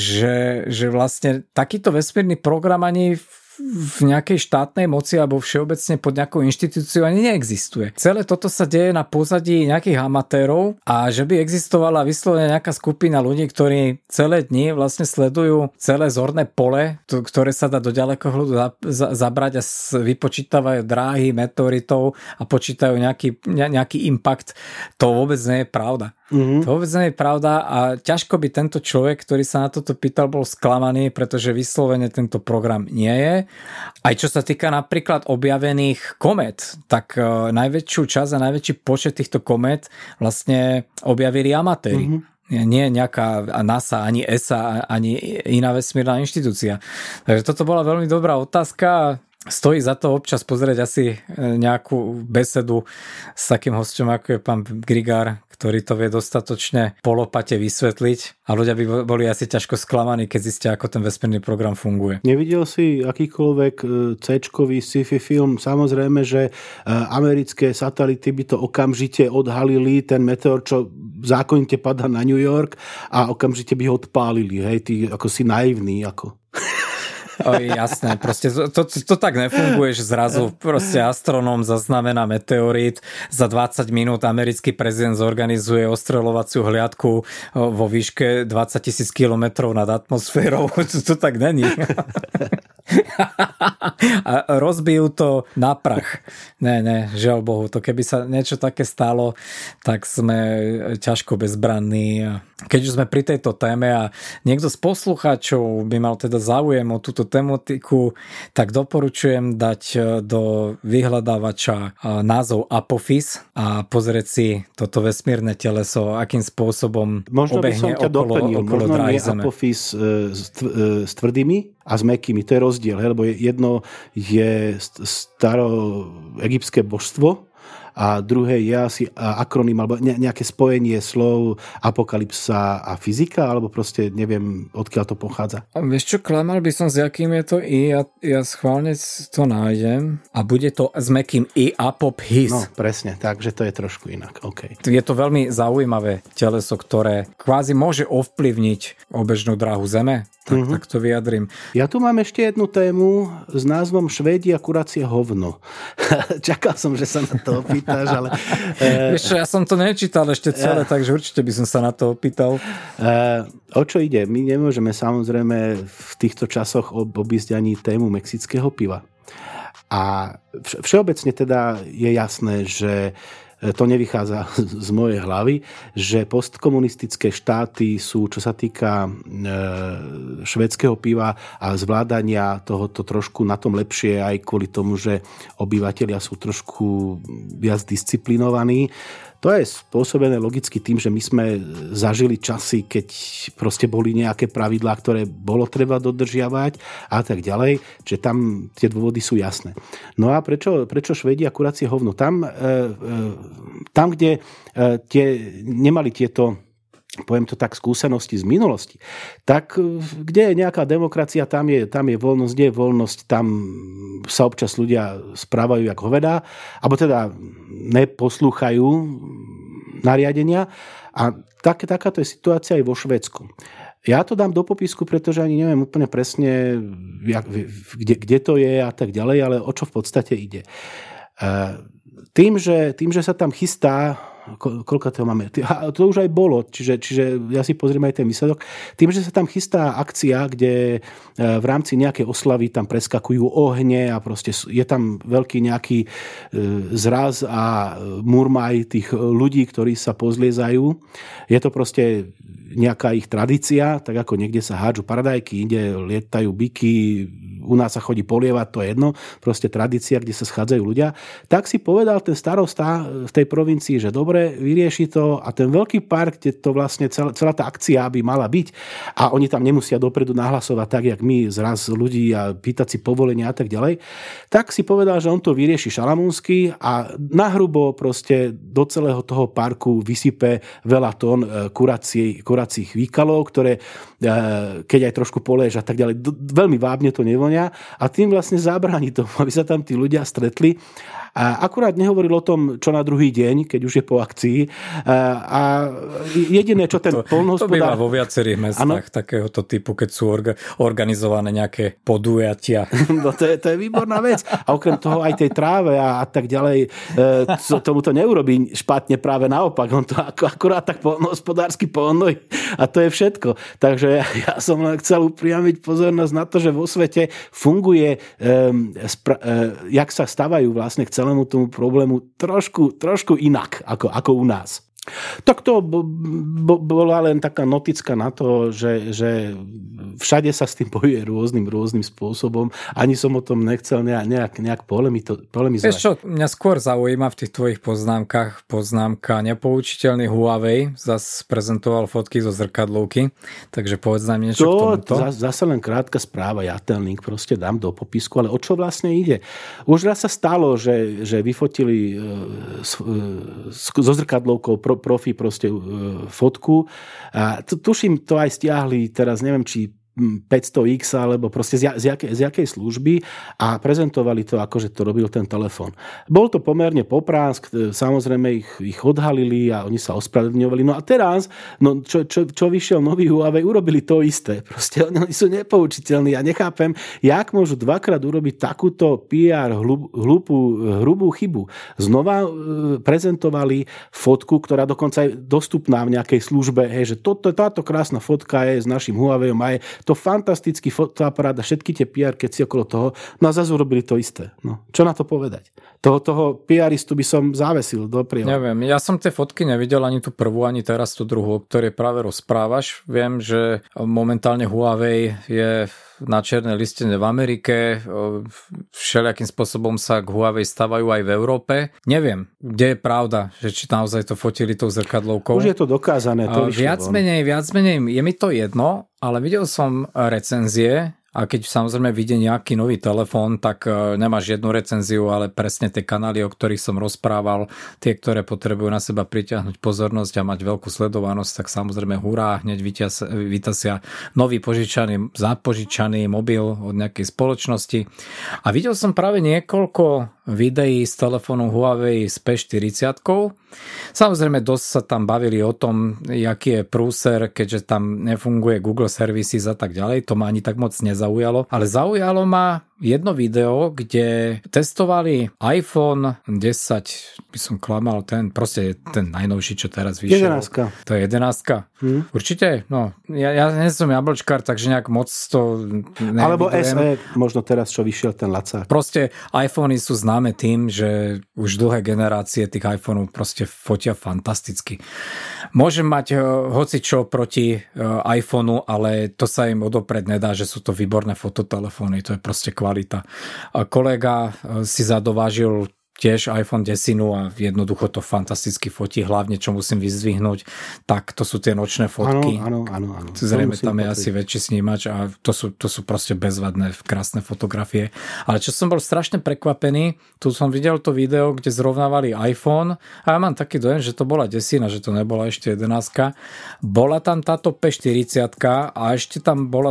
že vlastne takýto vesmírny program ani v nejakej štátnej moci alebo všeobecne pod nejakou inštitúciou ani neexistuje. Celé toto sa deje na pozadí nejakých amatérov a že by existovala vyslovene nejaká skupina ľudí, ktorí celé dni vlastne sledujú celé zorné pole, ktoré sa dá do ďalekohľadu zabrať a vypočítavajú dráhy meteoritov a počítajú nejaký impact, to vôbec nie je pravda. To vôbec nie je pravda a ťažko by tento človek, ktorý sa na toto pýtal, bol sklamaný, pretože vyslovene tento program nie je. Aj čo sa týka napríklad objavených komét, tak najväčšiu časť a najväčší počet týchto komét vlastne objavili amatéri. Nie nejaká NASA, ani ESA, ani iná vesmírna inštitúcia. Takže toto bola veľmi dobrá otázka. Stojí za to občas pozrieť asi nejakú besedu s takým hosťom, ako je pán Grigár, ktorý to vie dostatočne po lopate vysvetliť a ľudia by boli asi ťažko sklamaní, keď zistia, ako ten vesmírny program funguje. Nevidel si akýkoľvek C-čkový sci-fi film? Samozrejme, že americké satelity by to okamžite odhalili, ten meteor, čo zákonite padá na New York a okamžite by ho odpálili. Hej, ty ako si naivný, ako... Jasné, proste to tak nefunguje, že zrazu proste astronóm zaznamená meteorít, za 20 minút americký prezident zorganizuje ostreľovaciu hliadku vo výške 20 000 kilometrov nad atmosférou. To tak není. A rozbijú to na prach. Ne, žiaľ Bohu, to keby sa niečo také stalo, tak sme ťažko bezbranní. Keď už sme pri tejto téme a niekto z poslucháčov by mal teda záujem o túto tematiku, tak doporučujem dať do vyhľadávača názov Apophis a pozrieť si toto vesmírne teleso, akým spôsobom možno obehne okolo možno dráhy nie Zeme. Apophis s tvrdými a s mäkkými, to je rozdiel, lebo jedno je staroegyptské božstvo a druhé je asi akronym alebo nejaké spojenie slov apokalypsa a fyzika, alebo proste neviem, odkiaľ to pochádza. A vieš čo, klamal by som, s jakým je to I, ja schválne to nájdem a bude to s mäkkým I, Apophis. No, presne, takže to je trošku inak. Okay. Je to veľmi zaujímavé teleso, ktoré kvázi môže ovplyvniť obežnú dráhu Zeme. Tak to vyjadrím. Ja tu mám ešte jednu tému s názvom Švédi a kuracie hovno. Čakal som, že sa na to opýtaš, ale... Vieš čo, ja som to nečítal ešte celé, takže určite by som sa na to opýtal. O čo ide? My nemôžeme samozrejme v týchto časoch obísť ani tému mexického piva. A všeobecne teda je jasné, že to nevychádza z mojej hlavy, že postkomunistické štáty sú, čo sa týka švédskeho piva a zvládania tohoto trošku na tom lepšie aj kvôli tomu, že obyvatelia sú trošku viac disciplinovaní. To je spôsobené logicky tým, že my sme zažili časy, keď proste boli nejaké pravidlá, ktoré bolo treba dodržiavať a tak ďalej, že tam tie dôvody sú jasné. No a prečo Švédi a kuracie hovno? Tam, kde nemali tieto, poviem to tak, skúsenosti z minulosti, tak kde je nejaká demokracia, tam je voľnosť, kde je voľnosť, tam sa občas ľudia správajú jak hoveda, alebo teda neposlúchajú nariadenia a takáto je situácia aj vo Švédsku. Ja to dám do popisku, pretože ani neviem úplne presne, kde to je a tak ďalej, ale o čo v podstate ide. Tým, že sa tam chystá, koľko toho máme? To už aj bolo, čiže ja si pozriem aj ten výsledok. Tým, že sa tam chystá akcia, kde v rámci nejakej oslavy tam preskakujú ohne a proste je tam veľký nejaký zraz a murmaj tých ľudí, ktorí sa pozliezajú. Je to proste nejaká ich tradícia, tak ako niekde sa hádžu paradajky, inde lietajú byky, u nás sa chodí polievať, to je jedno, proste tradícia, kde sa schádzajú ľudia. Tak si povedal ten starosta v tej provincii, že dobre, vyrieši to a ten veľký park, kde to vlastne celá tá akcia by mala byť a oni tam nemusia dopredu nahlasovať tak, jak my zraz ľudí a pýtať si povolenia a tak ďalej, tak si povedal, že on to vyrieši šalamúnsky a nahrubo proste do celého toho parku vysype veľa tón kuracích výkalov, ktoré keď aj trošku poležia a tak ďalej, veľmi vábne to nevonia a tým vlastne zabráni tomu, aby sa tam tí ľudia stretli. A akurát nehovoril o tom, čo na druhý deň, keď už je po akcii. A jediné, čo ten poľnohospodár... To býva vo viacerých mestách takéhoto typu, keď sú organizované nejaké podujatia. No to je výborná vec. A okrem toho aj tej tráve a tak ďalej, tomu to neurobí špatne, práve naopak. On to akurát tak poľnohospodársky poľnoj a to je všetko. Takže ja som len chcel upriamiť pozornosť na to, že vo svete funguje, jak sa stavajú vlastne k celému tomu problému trošku inak ako u nás. Tak to bola len taká notická na to, že všade sa s tým bojuje rôznym spôsobom. Ani som o tom nechcel nejak polemizovať. Vieš čo, mňa skôr zaujíma v tých tvojich poznámka nepoučiteľný Huawei zase prezentoval fotky zo zrkadlovky, takže povedz nám niečo k tomuto. Zase len krátka správa, ja ten link proste dám do popisku, ale o čo vlastne ide? Už raz sa stalo, že vyfotili so zrkadlovkou profi proste fotku. A tuším, to aj stiahli teraz, neviem, či 500X alebo proste z jakej služby a prezentovali to, ako že to robil ten telefón. Bol to pomerne poprásk, samozrejme ich odhalili a oni sa ospravedlňovali. No a teraz, čo vyšiel nový Huawei, urobili to isté. Proste oni sú nepoučiteľní. Ja nechápem, jak môžu dvakrát urobiť takúto PR hrubú chybu. Znova prezentovali fotku, ktorá dokonca je dostupná v nejakej službe, že táto krásna fotka je s našim Huaweiom a je to fantastický fotoaparát a všetky tie PR, keď si okolo toho, no a zase urobili to isté. No, čo na to povedať? Toho PR-istu by som závesil do prievodu. Neviem, ja som tie fotky nevidel ani tú prvú, ani teraz tú druhú, o ktorej práve rozprávaš. Viem, že momentálne Huawei je na černej listine v Amerike, všelijakým spôsobom sa k Huawei stavajú aj v Európe. Neviem, kde je pravda, že či naozaj to fotili tou zrkadlovkou. Už je to dokázané. To viac menej, je mi to jedno, ale videl som recenzie a keď samozrejme vidie nejaký nový telefón, tak nemáš jednu recenziu, ale presne tie kanály, o ktorých som rozprával, tie, ktoré potrebujú na seba pritiahnuť pozornosť a mať veľkú sledovanosť, tak samozrejme hurá, hneď vytasia nový zapožičaný mobil od nejakej spoločnosti. A videl som práve niekoľko videí z telefónu Huawei s P40. Samozrejme dosť sa tam bavili o tom, aký je prúser, keďže tam nefunguje Google Services a tak ďalej. To ma ani tak moc nezaujalo. Ale zaujalo ma jedno video, kde testovali iPhone 10, by som klamal, proste ten najnovší, čo teraz vyšiel. 11. To je 11. Určite? No, ja nie som jablčkár, takže nejak moc to nevidujem. Alebo SE, možno teraz, čo vyšiel ten lacák. Proste iPhony sú známe tým, že už dlhé generácie tých iPhoneov proste fotia fantasticky. Môžem mať hocičo proti iPhoneu, ale to sa im odoprieť nedá, že sú to výborné fototelefóny, to je proste kvalita. Kolega si zadovážil tiež iPhone 10 a jednoducho to fantasticky fotí, hlavne čo musím vyzdvihnúť, tak to sú tie nočné fotky. Áno. Zrejme tam je asi väčší snímač a to sú proste bezvadné, krásne fotografie. Ale čo som bol strašne prekvapený, tu som videl to video, kde zrovnávali iPhone a ja mám taký dojem, že to bola 10, že to nebola ešte 11. Bola tam táto P40 a ešte tam bola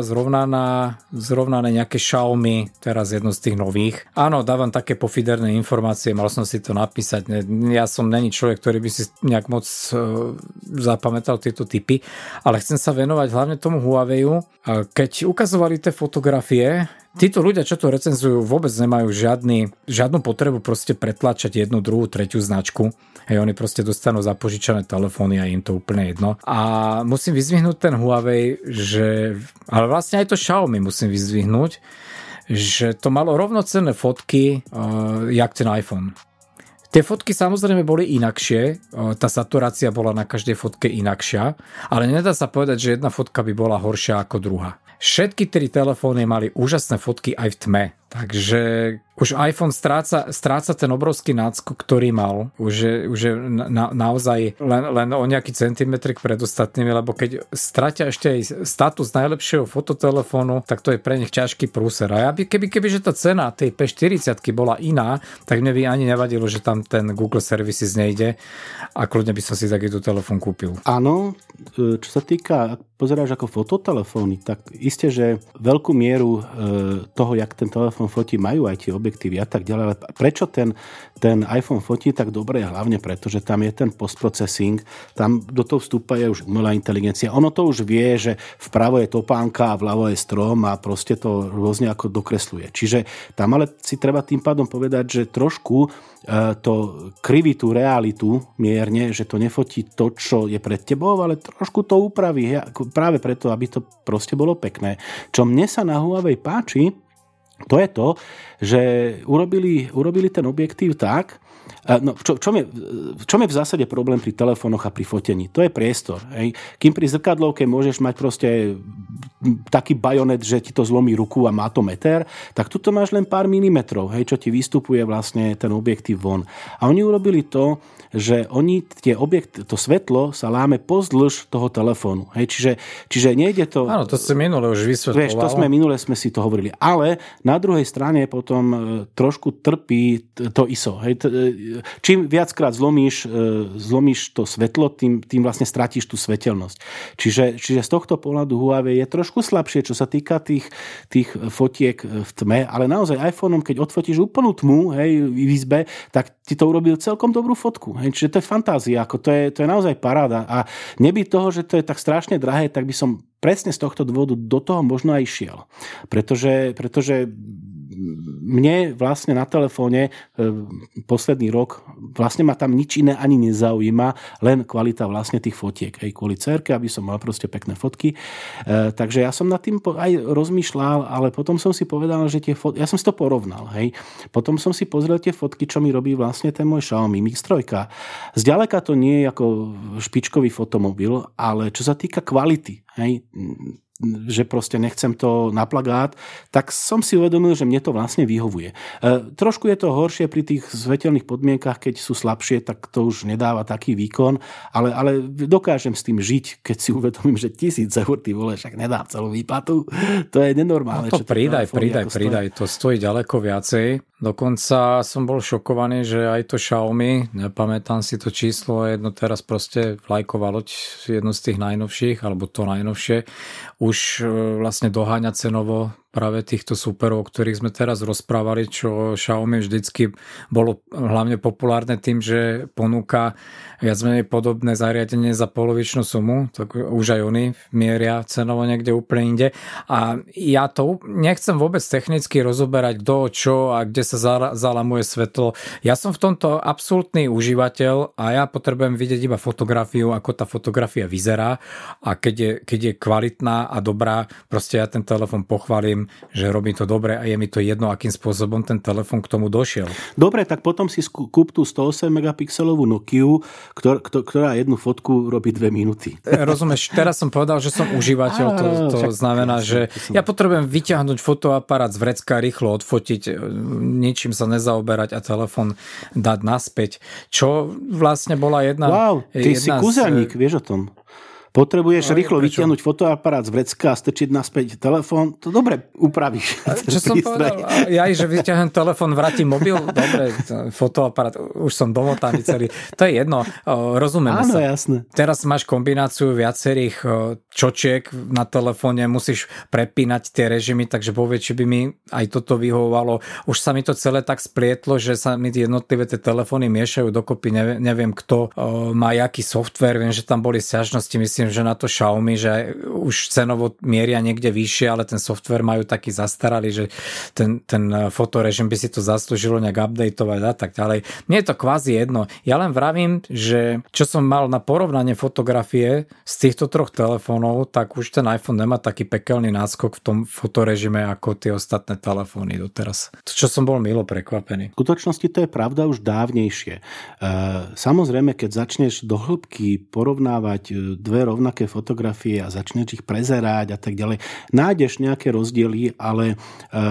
zrovnané nejaké Xiaomi, teraz jedno z tých nových. Áno, dávam také pofiderné informácie, mal som si to napísať. Ja som není človek, ktorý by si nejak moc zapamätal tieto typy, ale chcem sa venovať hlavne tomu Huaweiu. Keď ukazovali tie fotografie, títo ľudia, čo to recenzujú, vôbec nemajú žiadnu potrebu proste pretlačať jednu, druhú, tretiu značku. Hej, oni proste dostanú zapožičané telefóny a im to úplne jedno. A musím vyzdvihnúť ten Huawei, ale vlastne aj to Xiaomi musím vyzdvihnúť, že to malo rovnocenné fotky, jak ten iPhone. Tie fotky samozrejme boli inakšie, tá saturácia bola na každej fotke inakšia, ale nedá sa povedať, že jedna fotka by bola horšia ako druhá. Všetky tri telefóny mali úžasné fotky aj v tme, takže už iPhone stráca ten obrovský nácko, ktorý mal. Už je naozaj len o nejaký centimetrik pred ostatnými, lebo keď stratia ešte aj status najlepšieho fototelefónu, tak to je pre nich ťažký prúser. A kebyže tá cena tej P40 bola iná, tak mne by ani nevadilo, že tam ten Google Services nejde a kľudne by som si takýto telefón kúpil. Áno, čo sa týka, ak pozeráš ako fototelefóny, tak isté, že veľkú mieru toho, jak ten telefón fotí, majú aj tie objektívy a tak ďalej, ale prečo ten iPhone fotí tak dobre, hlavne preto, že tam je ten postprocessing, tam do toho vstúpa je už umelá inteligencia. Ono to už vie, že vpravo je topánka a vľavo je strom a proste to rôzne ako dokresluje. Čiže tam ale si treba tým pádom povedať, že trošku to kriví tú realitu mierne, že to nefotí to, čo je pred tebou, ale trošku to upraví práve preto, aby to proste bolo pekné. Čo mne sa na Huawei páči, to je to, že urobili ten objektív tak, no, v čom je v zásade problém pri telefónoch a pri fotení? To je priestor. Hej. Kým pri zrkadlovke môžeš mať proste taký bajonet, že ti to zlomí ruku a má to meter, tak tuto máš len pár milimetrov, hej, čo ti vystupuje vlastne ten objektív von. A oni urobili to, že to svetlo sa láme pozdĺž toho telefónu. Hej. Čiže nejde to... Áno, to sme minule už vysvetľovali. Minule sme si to hovorili. Ale na druhej strane potom trošku trpí to ISO. Hej. Čím viackrát zlomíš to svetlo, tým vlastne stratíš tú svetelnosť. Čiže z tohto pohľadu Huawei je trošku slabšie, čo sa týka tých fotiek v tme, ale naozaj iPhoneom, keď odfotíš úplnú tmu, hej, v izbe, tak ti to urobil celkom dobrú fotku. Hej. Čiže to je fantázia, to je naozaj paráda. A nebyť toho, že to je tak strašne drahé, tak by som presne z tohto dôvodu do toho možno aj išiel. Pretože mne vlastne na telefóne posledný rok vlastne ma tam nič iné ani nezaujíma, len kvalita vlastne tých fotiek. Hej, kvôli cerke, aby som mal proste pekné fotky. Takže ja som nad tým aj rozmýšľal, ale potom som si povedal, že tie fotky, ja som si to porovnal. Hej. Potom som si pozrel tie fotky, čo mi robí vlastne ten môj Xiaomi Mix 3. Zďaleka to nie je ako špičkový fotomobil, ale čo sa týka kvality, hej, že proste nechcem to na plagát, tak som si uvedomil, že mne to vlastne vyhovuje. Trošku je to horšie pri tých svetelných podmienkach, keď sú slabšie, tak to už nedáva taký výkon, ale dokážem s tým žiť, keď si uvedomím, že 1,000 eur, ty vole, však nedám celú výplatu. To je nenormálne. No to pridaj, to stojí ďaleko viacej. Dokonca som bol šokovaný, že aj to Xiaomi, nepamätám si to číslo, jedno teraz proste vlajkovalo jednu z tých najnovších, alebo to najnovšie, už vlastne doháňa cenovo práve týchto superov, o ktorých sme teraz rozprávali, čo Xiaomi vždycky bolo hlavne populárne tým, že ponúka viac menej podobné zariadenie za polovičnú sumu, tak už aj oni mieria cenovo niekde úplne inde. A ja to nechcem vôbec technicky rozoberať kto, čo a kde sa zalamuje svetlo. Ja som v tomto absolútny užívateľ a ja potrebujem vidieť iba fotografiu, ako tá fotografia vyzerá a keď je kvalitná a dobrá, proste ja ten telefon pochválim, že robí to dobre a je mi to jedno, akým spôsobom ten telefon k tomu došiel. Dobre, tak potom si kúp tú 108 megapixelovú Nokiu, ktorá jednu fotku robí 2 minúty. Rozumieš, teraz som povedal, že som užívateľ, to znamená, že ja potrebujem vyťahnuť fotoaparát z vrecka, rýchlo odfotiť, ničím sa nezaoberať a telefon dať naspäť. Čo vlastne bola jedna... Wow, ty si kúzelník, vieš o tom. Potrebuješ rýchlo vytiahnuť fotoaparát z vrecka a strčiť naspäť telefón, to dobre upravíš. Čo som povedal? Ja, že vyťahnem telefón, vrátim mobil, dobre, fotoaparát, už som domotaný celý. To je jedno, rozumieme sa. Áno, jasné. Teraz máš kombináciu viacerých čočiek na telefóne, musíš prepínať tie režimy, takže povie, či by mi aj toto vyhovovalo. Už sa mi to celé tak splietlo, že sa mi jednotlivé tie telefóny miešajú dokopy, neviem kto má jaký software, viem, že tam boli sťažnosti, myslím, že na to Xiaomi, že už cenovo mieria niekde vyššie, ale ten software majú taký zastaralý, že ten fotorežim by si to zaslúžilo nejak updateovať a tak ďalej. Mne je to kvázi jedno. Ja len vravím, že čo som mal na porovnanie fotografie z týchto troch telefónov, tak už ten iPhone nemá taký pekelný náskok v tom fotorežime ako tie ostatné telefóny doteraz. Čo som bol milo prekvapený. V skutočnosti to je pravda už dávnejšie. Samozrejme, keď začneš do hĺbky porovnávať dve rovnaké fotografie a začneš ich prezerať a tak ďalej. Nájdeš nejaké rozdiely, ale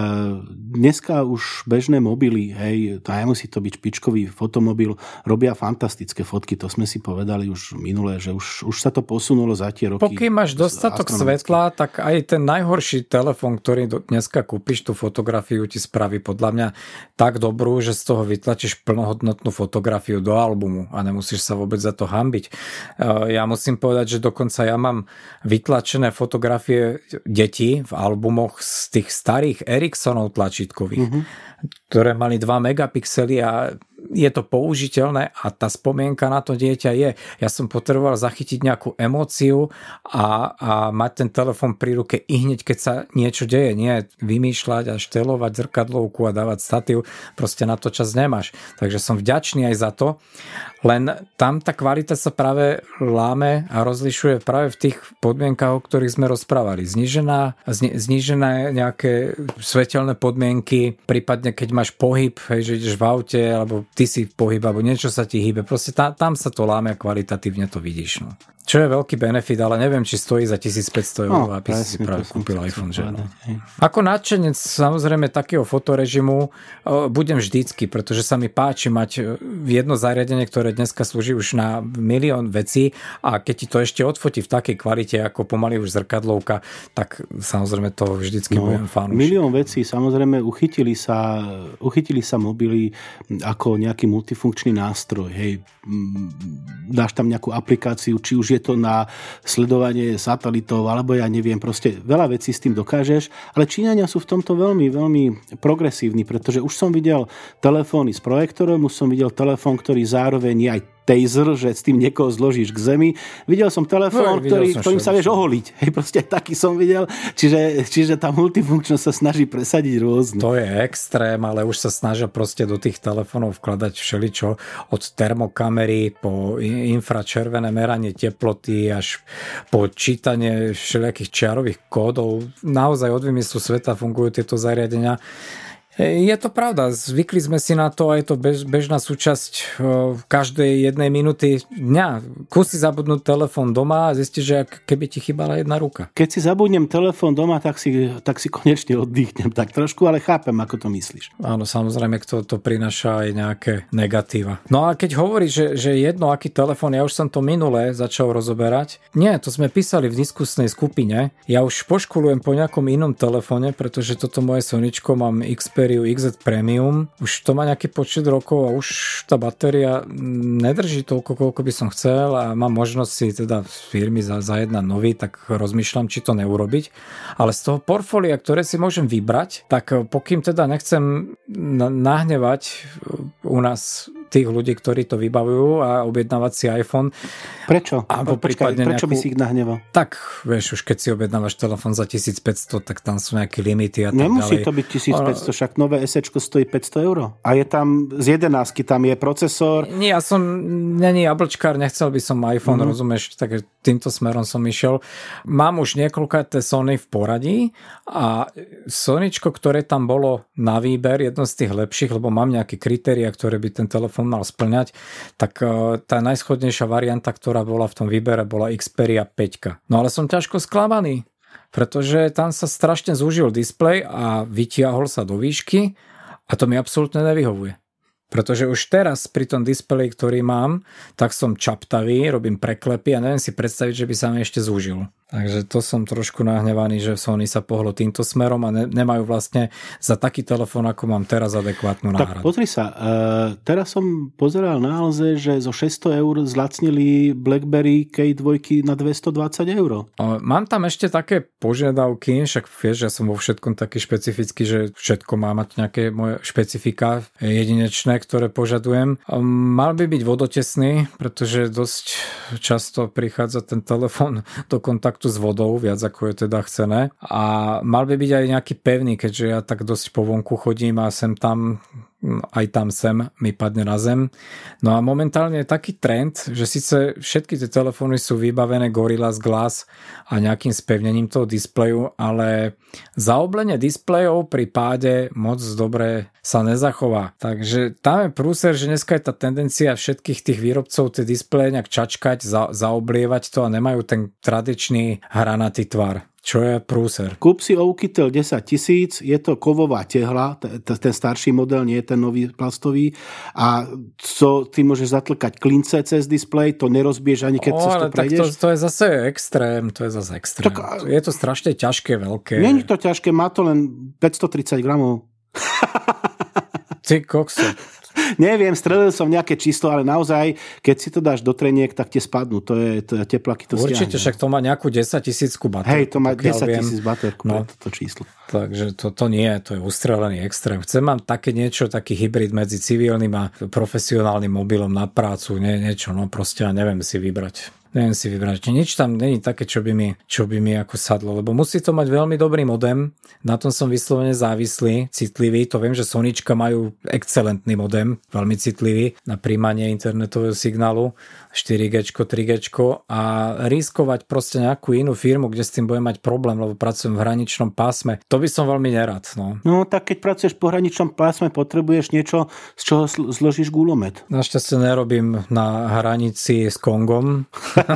dneska už bežné mobily, hej, to nemusí to byť špičkový fotomobil, robia fantastické fotky, to sme si povedali už minulé, že už sa to posunulo za tie roky. Pokým máš dostatok svetla, tak aj ten najhorší telefon, ktorý dneska kúpiš, tú fotografiu ti spraví podľa mňa tak dobrú, že z toho vytlačíš plnohodnotnú fotografiu do albumu a nemusíš sa vôbec za to hanbiť. Ja musím povedať, že dokonca ja mám vytlačené fotografie detí v albumoch z tých starých Ericssonov tlačítkových, ktoré mali 2 megapixely a je to použiteľné a tá spomienka na to dieťa je. Ja som potreboval zachytiť nejakú emóciu a mať ten telefon pri ruke i hneď, keď sa niečo deje. Nie vymýšľať a štelovať zrkadlovku a dávať statív. Proste na to čas nemáš. Takže som vďačný aj za to. Len tam tá kvalita sa práve láme a rozlišuje práve v tých podmienkach, o ktorých sme rozprávali. Znížené nejaké svetelné podmienky, prípadne keď máš pohyb, že ideš v aute, alebo ty si v pohyb, alebo niečo sa ti hýbe. Proste tam sa to láme a kvalitatívne to vidíš. No. Čo je veľký benefit, ale neviem, či stojí za 1500 eur, aby si práve kúpil iPhone. Že? Ako nadšenec samozrejme takého fotorežimu budem vždycky, pretože sa mi páči mať jedno zariadenie, ktoré dneska slúži už na milión vecí a keď ti to ešte odfotí v takej kvalite, ako pomaly už zrkadlovka, tak samozrejme to vždycky budem fanúšik. Milión vecí, samozrejme uchytili sa mobily ako nejaký multifunkčný nástroj. Hej, dáš tam nejakú aplikáciu, či už je to na sledovanie satelitov, alebo ja neviem, proste veľa vecí s tým dokážeš, ale Číňania sú v tomto veľmi, veľmi progresívni, pretože už som videl telefóny s projektorom, už som videl telefón, ktorý zároveň je aj taser, že s tým niekoho zložíš k zemi. Videl som telefón, ktorým sa vieš oholiť. Hej, proste taký som videl. Čiže tá multifunkčnosť sa snaží presadiť rôzne. To je extrém, ale už sa snažia proste do tých telefónov vkladať všeličo od termokamery po infračervené meranie teploty až po čítanie všelijakých čiarových kódov. Naozaj od vymyslu sveta fungujú tieto zariadenia. Je to pravda, zvykli sme si na to a je to bežná súčasť každej jednej minúty dňa. Kúsi zabudnúť telefón doma a zistíš, že keby ti chýbala jedna ruka. Keď si zabudnem telefón doma, tak si konečne oddychnem tak trošku, ale chápem, ako to myslíš. Áno, samozrejme, to prináša aj nejaké negatíva. No a keď hovoríš, že jedno, aký telefón, ja už som to minulé začal rozoberať. Nie, to sme písali v diskusnej skupine. Ja už poškolujem po nejakom inom telefóne, pretože toto moje Soničko mám Xperia XZ Premium. Už to má nejaký počet rokov a už tá batéria nedrží toľko, koľko by som chcel a mám možnosť si teda z firmy zajednať nový, tak rozmýšľam, či to neurobiť. Ale z toho portfólia, ktoré si môžem vybrať, tak pokým teda nechcem nahnevať u nás tých ľudí, ktorí to vybavujú a objednávať si iPhone. Prečo? Prečo by si ich nahneval? Tak, vieš, už keď si objednávaš telefón za 1500, tak tam sú nejaké limity a tak Nemusí ďalej. to byť 1500, však nové SEčko stojí 500 €. A je tam z 11, tam je procesor. Nie, ja som není jablčkár, nechcel by som iPhone, rozumieš, tak týmto smerom som išiel. Mám už niekoľko Sony v poradí a Soničko, ktoré tam bolo na výber, jedno z tých lepších, lebo mám nejaké kritériá, ktoré by ten telefón mal splňať, tak tá najschodnejšia varianta, ktorá bola v tom výbere, bola Xperia 5. No ale som ťažko sklamaný, pretože tam sa strašne zúžil displej a vytiahol sa do výšky a to mi absolútne nevyhovuje. Pretože už teraz pri tom displeji, ktorý mám, tak som čaptavý, robím preklepy a neviem si predstaviť, že by sa mi ešte zúžil. Takže to som trošku nahnevaný, že Sony sa pohlo týmto smerom a nemajú vlastne za taký telefón, ako mám teraz, adekvátnu náhradu. Tak pozri sa, teraz som pozeral na Alze, že zo 600 € zlacnili BlackBerry K2 na 220 €. Mám tam ešte také požiadavky, však vieš, ja som vo všetkom taký špecifický, že všetko má mať nejaké moje špecifika jedinečné, ktoré požadujem. Mal by byť vodotesný, pretože dosť často prichádza ten telefón do kontaktu s vodou, viac ako je teda chcené. A mal by byť aj nejaký pevný, keďže ja tak dosť po vonku chodím a sem tam aj tam sem mi padne na zem. No a momentálne je taký trend, že síce všetky tie telefóny sú vybavené Gorilla Glass a nejakým spevnením toho displeju, ale zaoblenie displejov pri páde moc dobre sa nezachová. Takže tam je prúser, že dneska je tá tendencia všetkých tých výrobcov tie displeje nejak čačkať, zaoblievať to a nemajú ten tradičný hranatý tvar. Čo je prúser? Kúp si Oukitel 10 000, je to kovová tehla, ten starší model, nie je ten nový plastový a ty môžeš zatlkať klince cez displej, to nerozbiješ ani keď cez to prejdeš. To je zase extrém, Tak, je to strašne ťažké, veľké. Nie je to ťažké, má to len 530 gramov. Ty kokso. Neviem, strelil som nejaké číslo, ale naozaj, keď si to dáš do treniek, tak tie spadnú. To je teplaky, to stiahne. Určite, však to má nejakú 10 000 baterku. Hej, to má 10 000 baterku, no. Toto číslo. Takže to nie, to je ustrelený extrém. Chcem mať také niečo, taký hybrid medzi civilným a profesionálnym mobilom na prácu, niečo, no proste ja neviem si vybrať. Nič tam není také, čo by mi ako sadlo, lebo musí to mať veľmi dobrý modem, na tom som vyslovene závislý, citlivý, to viem, že Sonička majú excelentný modem, veľmi citlivý na príjmanie internetového signálu, 4G, 3G a riskovať proste nejakú inú firmu, kde s tým budem mať problém, lebo pracujem v hraničnom pásme, to by som veľmi nerad. No tak keď pracuješ po hraničnom pásme, potrebuješ niečo, z čoho zložíš guľomet. Našťastie nerobím na hranici s Kongom.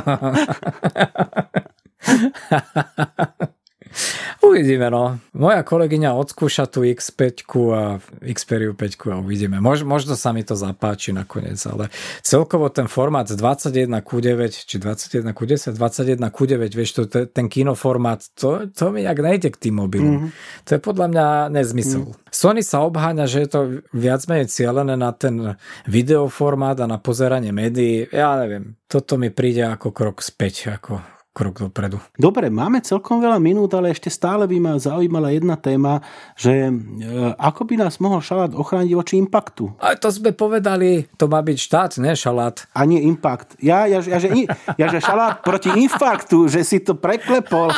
Uvidíme, no. Moja kolegyňa odskúša tú X5 a Xperiu 5 a uvidíme. Možno sa mi to zapáči nakoniec, ale celkovo ten formát z 21:9 či 21:10, 21:9, vieš, ten kinoformát, to mi jak nejde k tým mobilom. To je podľa mňa nezmysel. Sony sa obháňa, že je to viac menej cielené na ten videoformát a na pozeranie médií. Ja neviem, toto mi príde ako krok späť, ako krok dopredu. Dobre, máme celkom veľa minút, ale ešte stále by ma zaujímala jedna téma, že ako by nás mohol šalát ochrániť voči impaktu? Ale to sme povedali, to má byť štát, ne šalát. A nie impact. Ja že šalát proti infarktu, že si to preklepol.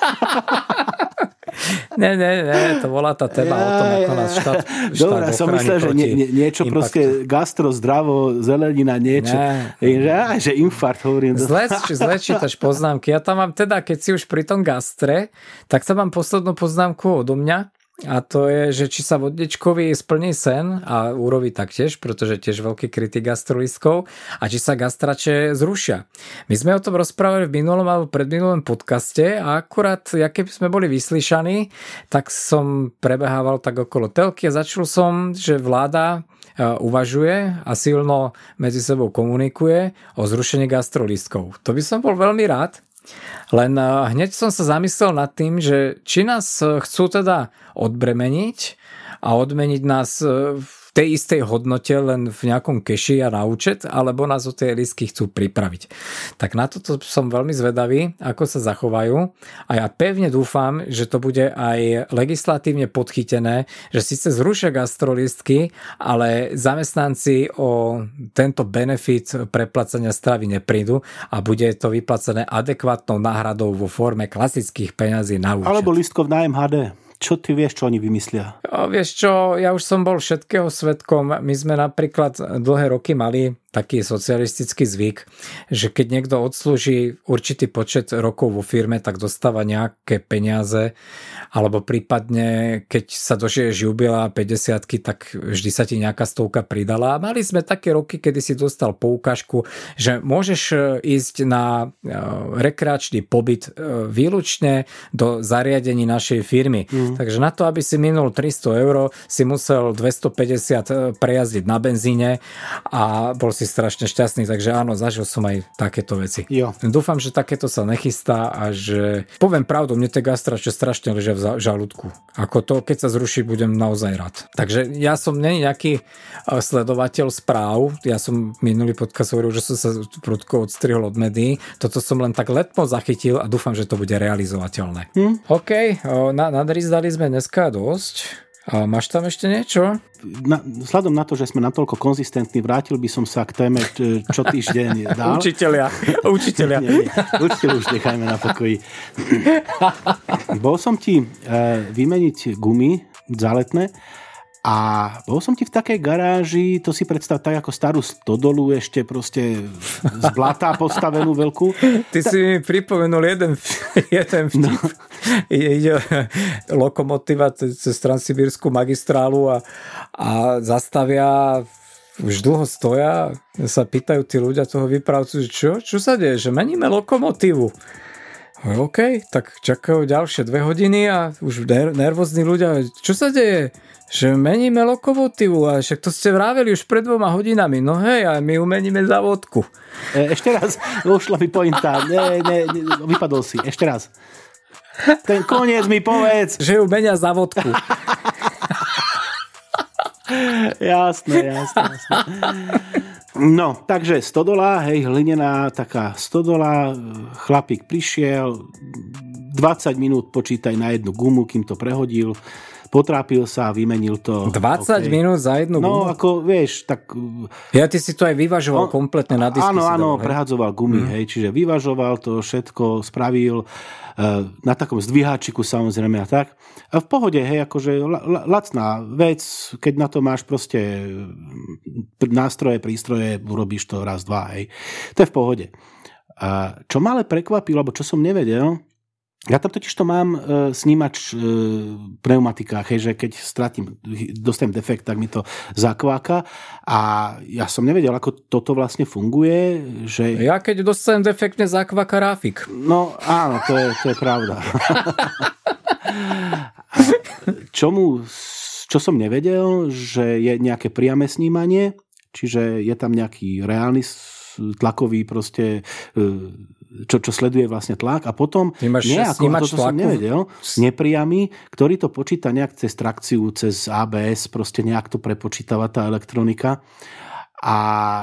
Ne, to bola tá téma o tom, ako nás štát dobre, som myslel, že niečo impactu. Proste gastro, zdravo, zelenina, niečo. Že infarkt, hovorím. Zle čítaš poznámky. Ja tam mám teda, keď si už pri tom gastre, tak tam mám poslednú poznámku odo mňa. a to je, že či sa vodničkovi splní sen a úrovi taktiež, pretože tiež veľký kritik gastrolístkov, a či sa gastrače zrušia. My sme o tom rozprávali v minulom alebo predminulom podcaste a akurát, keď sme boli vyslyšaní, tak som prebehával tak okolo telky a začul som, že vláda uvažuje a silno medzi sebou komunikuje o zrušení gastrolístkov. To by som bol veľmi rád. Len hneď som sa zamyslel nad tým, že či nás chcú teda odbremeniť a odmeniť nás v tej istej hodnote len v nejakom keši a na účet, alebo nás o tej lístky chcú pripraviť. Tak na toto som veľmi zvedavý, ako sa zachovajú, a ja pevne dúfam, že to bude aj legislatívne podchytené, že síce zrušia gastrolístky, ale zamestnanci o tento benefit preplácania stravy neprídu a bude to vyplacené adekvátnou náhradou vo forme klasických peňazí na účet. Alebo lístkov na MHD. Čo ty vieš, čo oni vymyslia? Vieš čo, ja už som bol všetkého svedkom. My sme napríklad dlhé roky mali taký socialistický zvyk, že keď niekto odslúži určitý počet rokov vo firme, tak dostáva nejaké peniaze, alebo prípadne, keď sa dožiješ jubilea 50-ky, tak vždy sa ti nejaká stovka pridala. A mali sme také roky, kedy si dostal poukážku, že môžeš ísť na rekreačný pobyt výlučne do zariadení našej firmy. Takže na to, aby si minul 300 €, si musel 250 prejazdiť na benzíne a bol si strašne šťastný, takže áno, zažil som aj takéto veci. Jo. Dúfam, že takéto sa nechystá a že poviem pravdu, mne tie gastrače strašne ležia v žalúdku. Ako to, keď sa zruší, budem naozaj rád. Takže ja som nie nejaký sledovateľ správ, ja som minulý podcast hovoril, že som sa prudko odstrihol od médií, toto som len tak letmo zachytil a dúfam, že to bude realizovateľné. OK, nadrizdali sme dneska dosť. A máš tam ešte niečo? Vzhľadom na to, že sme natoľko konzistentní, vrátil by som sa k téme, čo týždeň dal. Učitelia. Nie, učiteľu už nechajme na pokoji. Bol som ti vymeniť gumy záletné a bol som ti v takej garáži, to si predstav tak ako starú stodolu, ešte proste z blata postavenú veľkú. Ty si mi pripomenul jeden vtip. No. Ide lokomotíva cez Transsibírskú magistrálu a zastavia, už dlho stoja, sa pýtajú tí ľudia toho výpravcu, čo sa deje, že meníme lokomotívu. OK, tak čakajú ďalšie 2 hodiny a už nervózni ľudia, čo sa deje? Že meníme lokomotívu, a však to ste vraveli už pred 2 hodinami. No hej, a my umeníme závodku. Ešte raz, ušla mi pointa. Ne, vypadol si. Ešte raz. Ten koniec mi povedz. Že ju menia závodku. Jasné. No, takže stodola, hej, hlinená taká stodola, chlapík prišiel, 20 minút počítaj na jednu gumu, kým to prehodil, potrápil sa a vymenil to. 20 minút za jednu gumu? No, ako vieš, tak... Ja, ty si to aj vyvažoval kompletne na disky. Áno, prehadzoval gumy, hej, čiže vyvažoval to všetko, spravil na takom zdviháčiku samozrejme a tak. A v pohode, hej, akože lacná vec, keď na to máš proste nástroje, prístroje, urobíš to raz, 2, hej. To je v pohode. A čo ma ale prekvapilo, alebo čo som nevedel, ja tam totiž to mám snímač v pneumatikách, hej, že keď dostanem defekt, tak mi to zakváka a ja som nevedel, ako toto vlastne funguje. Že... Ja keď dostanem defekt, mne zakváka ráfik. No áno, to je pravda. Čo som nevedel, že je nejaké priame snímanie, čiže je tam nejaký reálny tlakový proste, čo sleduje vlastne tlak a potom nejako, toto som nevedel, nepriamy, ktorý to počíta nejak cez trakciu, cez ABS, proste nejak to prepočítava tá elektronika a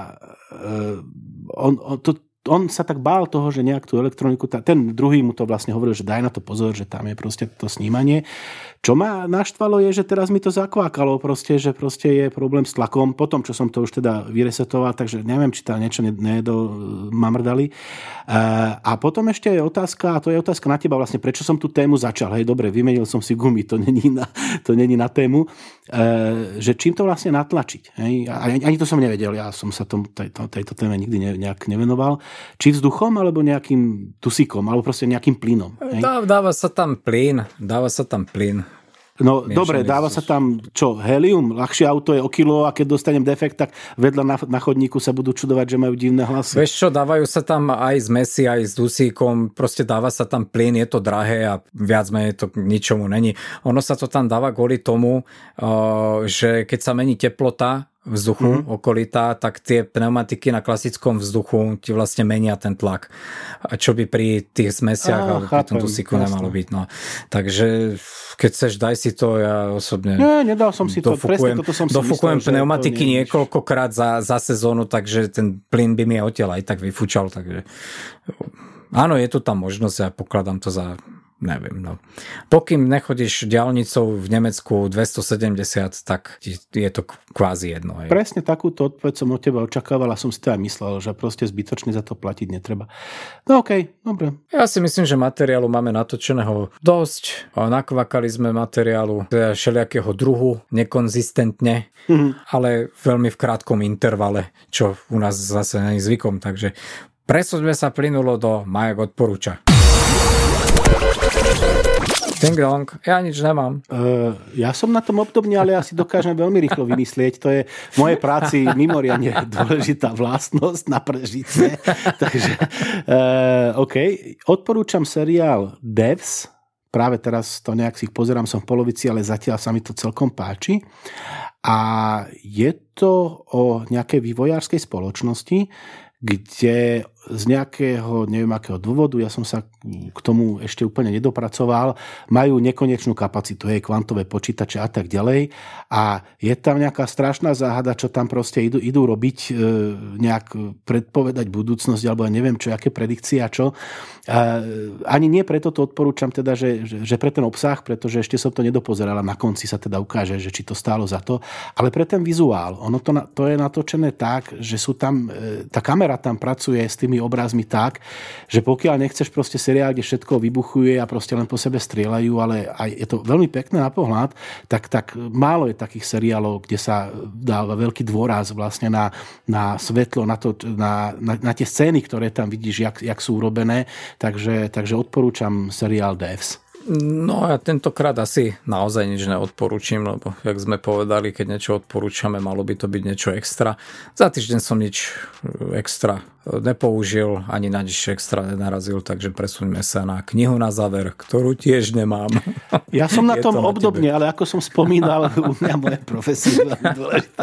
on sa tak bál toho, že nejak tú elektroniku, ten druhý mu to vlastne hovoril, že daj na to pozor, že tam je proste to snímanie. Čo ma naštvalo je, že teraz mi to zakvákalo proste, že proste je problém s tlakom, potom, čo som to už teda vyresetoval, takže neviem, či tam niečo mamrdali. A potom ešte je otázka, a to je otázka na teba vlastne, prečo som tú tému začal. Hej, dobre, vymenil som si gumy, to není na tému, že čím to vlastne natlačiť. Hej? Ani to som nevedel, ja som sa tejto téme nikdy nejak nevenoval. Či vzduchom, alebo nejakým tusíkom, alebo proste nejakým plynom. Hej? Dáva sa tam plyn. No dobre, dáva sa tam čo, helium? Ľahšie auto je o kilo a keď dostanem defekt, tak vedľa na chodníku sa budú čudovať, že majú divné hlasy. Vieš čo, dávajú sa tam aj zmesi, aj s dusíkom, proste dáva sa tam plyn, je to drahé a viac menej to ničomu není. Ono sa to tam dáva kvôli tomu, že keď sa mení teplota vzduchu okolitá, tak tie pneumatiky na klasickom vzduchu ti vlastne menia ten tlak, čo by pri tých zmesiach alebo pri tom dusíku nemalo byť. No. Takže keď chceš, daj si to, ja osobne nedal som si to, presne toto som si dofukujem myslel, pneumatiky niekoľkokrát za sezónu, takže ten plyn by mi odtiaľ aj tak vyfúčal, takže áno, je tu tam možnosť, ja pokladám to za neviem, no. Pokým nechodíš diaľnicou v Nemecku 270, tak je to kvázi jedno. Hej. Presne takúto odpoveď som od teba očakával a som si to aj myslel, že proste zbytočne za to platiť netreba. No okej, dobre. Ja si myslím, že materiálu máme natočeného dosť. Nakvakali sme materiálu všelijakého druhu, nekonzistentne, ale veľmi v krátkom intervale, čo u nás zase nie je zvykom, takže presúďme sa plynulo do Majak odporúča. Ding dong, ja nič nemám. Ja som na tom obdobne, ale ja si dokážem veľmi rýchlo vymyslieť. To je v mojej práci mimoriadne dôležitá vlastnosť na prežitie. Takže, OK. Odporúčam seriál Devs. Práve teraz to nejak si ich pozerám, som v polovici, ale zatiaľ sa mi to celkom páči. A je to o nejakej vývojárskej spoločnosti, kde z nejakého, neviem akého dôvodu, ja som sa k tomu ešte úplne nedopracoval, majú nekonečnú kapacitu, kvantové počítače a tak ďalej. A je tam nejaká strašná záhada, čo tam proste idú robiť, nejak predpovedať budúcnosť, alebo ja neviem čo, aké predikcie a čo. Ani nie preto to odporúčam teda, že pre ten obsah, pretože ešte som to nedopozeral a na konci sa teda ukáže, že či to stálo za to, ale pre ten vizuál. Ono to je natočené tak, že sú tam, tá kamera tam pracuje s tými obrazmi tak, že pokiaľ nechceš proste seriál, kde všetko vybuchuje a proste len po sebe strieľajú, ale aj je to veľmi pekné na pohľad, tak málo je takých seriálov, kde sa dáva veľký dôraz vlastne na svetlo, na tie scény, ktoré tam vidíš, jak sú urobené. Takže odporúčam seriál Devs. No ja tentokrát asi naozaj nič neodporúčim, lebo jak sme povedali, keď niečo odporúčame, malo by to byť niečo extra. Za týždeň som nič extra nepoužil, ani na nič extra nenarazil, takže presuňme sa na knihu na záver, ktorú tiež nemám. Ja som na tom obdobne, ale ako som spomínal, u mňa moje profesie veľmi dôležité.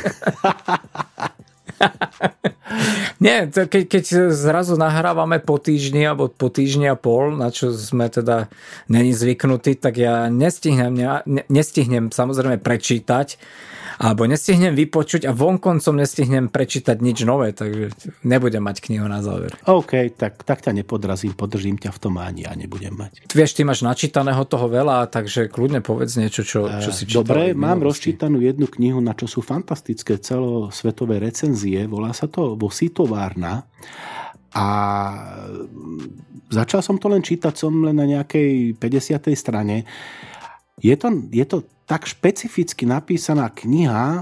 Nie, keď zrazu nahrávame po týždni alebo po týždni a pol, na čo sme teda není zvyknutí, tak ja nestihnem samozrejme prečítať alebo nestihnem vypočuť a vonkoncom nestihnem prečítať nič nové, takže nebudem mať knihu na záver. OK, tak ťa nepodrazím, podržím ťa v tom ani ja nebudem mať. Vieš, ty máš načítaného toho veľa, takže kľudne povedz niečo, čo si čítal. Dobre, mám rozčítanú jednu knihu, na čo sú fantastické celosvetové recenzie, volá sa to Vositovárna a začal som to len čítať, som len na nejakej 50. strane. Je to tak špecificky napísaná kniha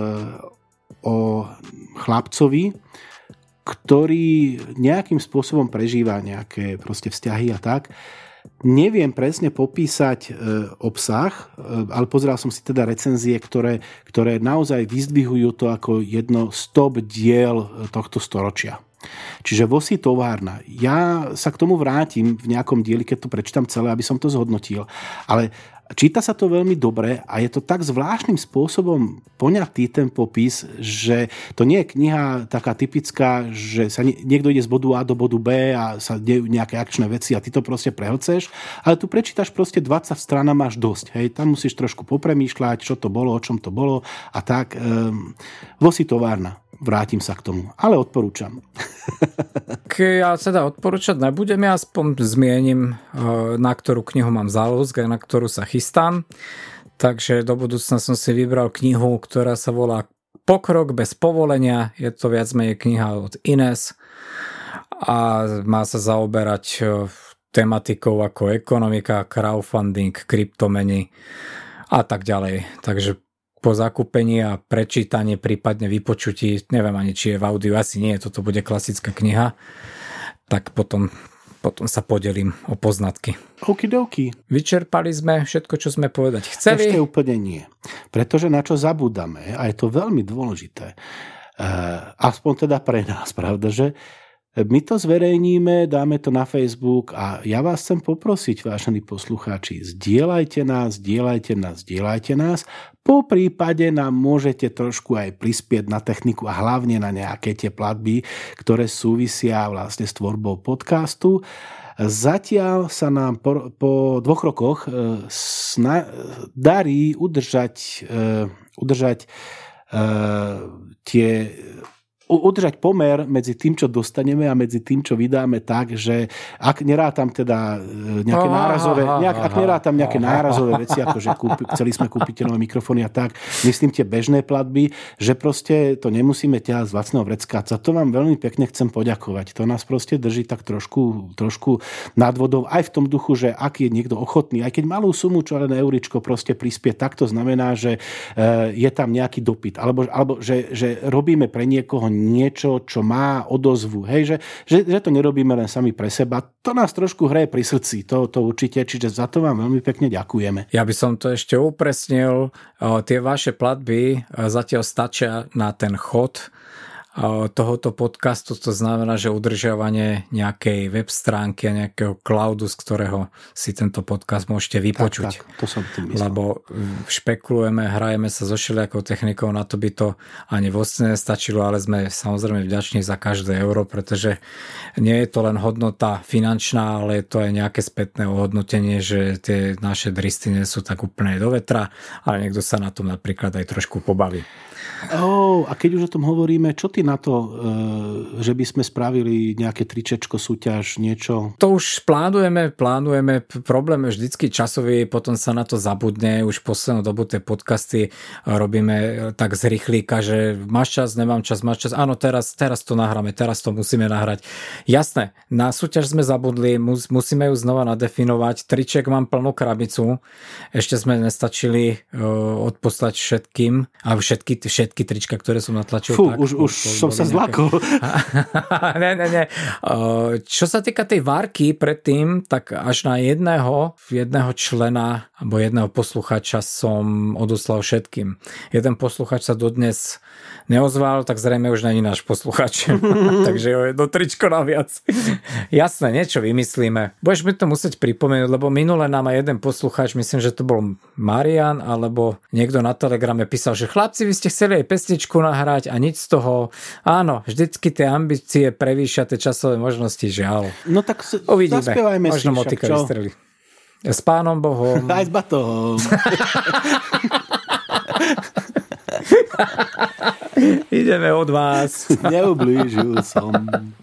o chlapcovi, ktorý nejakým spôsobom prežíva nejaké proste vzťahy a tak. Neviem presne popísať obsah, ale pozeral som si teda recenzie, ktoré naozaj vyzdvihujú to ako jedno z top diel tohto storočia. Čiže Vositovárna. Ja sa k tomu vrátim v nejakom dieli, keď to prečítam celé, aby som to zhodnotil. Ale číta sa to veľmi dobre a je to tak zvláštnym spôsobom poňatý ten popis, že to nie je kniha taká typická, že sa niekto ide z bodu A do bodu B a sa dejú nejaké akčné veci a ty to proste prehlceš, ale tu prečítaš proste 20 strán a máš dosť. Hej, tam musíš trošku popremýšľať, čo to bolo, o čom to bolo a tak. Vositovárna. Vrátim sa k tomu, ale odporúčam. Ja teda odporúčať nebudem, ja aspoň zmienim, na ktorú knihu mám záľusk a na ktorú sa chystám. Takže do budúcna som si vybral knihu, ktorá sa volá Pokrok bez povolenia. Je to viac menej kniha od Ines a má sa zaoberať tematikou ako ekonomika, crowdfunding, kryptomeny a tak ďalej. Takže po zakúpení a prečítaní, prípadne vypočutí, neviem ani, či je v audiu, asi nie, toto bude klasická kniha, tak potom potom sa podelím o poznatky. Okidoki. Vyčerpali sme všetko, čo sme povedať chceli. Ešte úplne nie. Pretože na čo zabúdame, a je to veľmi dôležité, aspoň teda pre nás, pravda, že my to zverejníme, dáme to na Facebook a ja vás chcem poprosiť, vážení poslucháči, zdieľajte nás. Po prípade nám môžete trošku aj prispieť na techniku a hlavne na nejaké tie platby, ktoré súvisia vlastne s tvorbou podcastu. Zatiaľ sa nám po 2 rokoch darí udržať pomer medzi tým, čo dostaneme a medzi tým, čo vydáme tak, že ak nerátam teda nejaké nárazové veci, ako že chceli sme kúpiť nové mikrofóny a tak, myslím tie bežné platby, že proste to nemusíme ťahať z vlastného vrecka. Za to vám veľmi pekne chcem poďakovať. To nás proste drží tak trošku nad vodou, aj v tom duchu, že ak je niekto ochotný, aj keď malú sumu, čo len euričko proste prispieť, tak to znamená, že je tam nejaký dopyt, alebo že robíme pre niekoho niečo, čo má odozvu. Hej, že to nerobíme len sami pre seba. To nás trošku hraje pri srdci. To určite. Čiže za to vám veľmi pekne ďakujeme. Ja by som to ešte upresnil. Tie vaše platby zatiaľ stačia na ten chod tohoto podcastu, to znamená, že udržiavanie nejakej web stránky a nejakého cloudu, z ktorého si tento podcast môžete vypočuť. Tak, to som tým myslel. Lebo špekulujeme, hrajeme sa so všelijakou technikou, na to by to ani vlastne nestačilo, ale sme samozrejme vďační za každé euro, pretože nie je to len hodnota finančná, ale je to aj nejaké spätné ohodnotenie, že tie naše dristy nie sú tak úplne do vetra, ale niekto sa na tom napríklad aj trošku pobaví. A keď už o tom hovoríme, čo ty na to, že by sme spravili nejaké tričečko, súťaž, niečo? To už plánujeme, problém je vždycky časový, potom sa na to zabudne, už poslednú dobu tie podcasty robíme tak z rýchlíka, že máš čas, nemám čas, máš čas, áno, teraz to nahráme, teraz to musíme nahrať. Jasné, na súťaž sme zabudli, musíme ju znova nadefinovať, triček mám plnú krabicu, ešte sme nestačili odposlať všetkým, a všetky trička, ktoré som natlačil. Fú, tak, už som sa zlakol. Ne. Čo sa týka tej várky predtým, tak až na jedného člena alebo jedného posluchača som odoslal všetkým. Jeden posluchač sa dodnes neozval, tak zrejme už není náš posluchač. Takže je jedno tričko naviac. Jasné, niečo vymyslíme. Budeš mi to musieť pripomenúť, lebo minule nám aj jeden posluchač, myslím, že to bol Marian, alebo niekto na Telegrame písal, že chlapci, vy ste chceli aj pesničku nahrať a nič z toho. Áno, vždycky tie ambície prevýšia tie časové možnosti, žiaľ. No tak uvidíme. Zaspievajme si. Možno motika vystrelí. S Pánom Bohom. Aj s batohom. Ideme od vás. Neublížil som.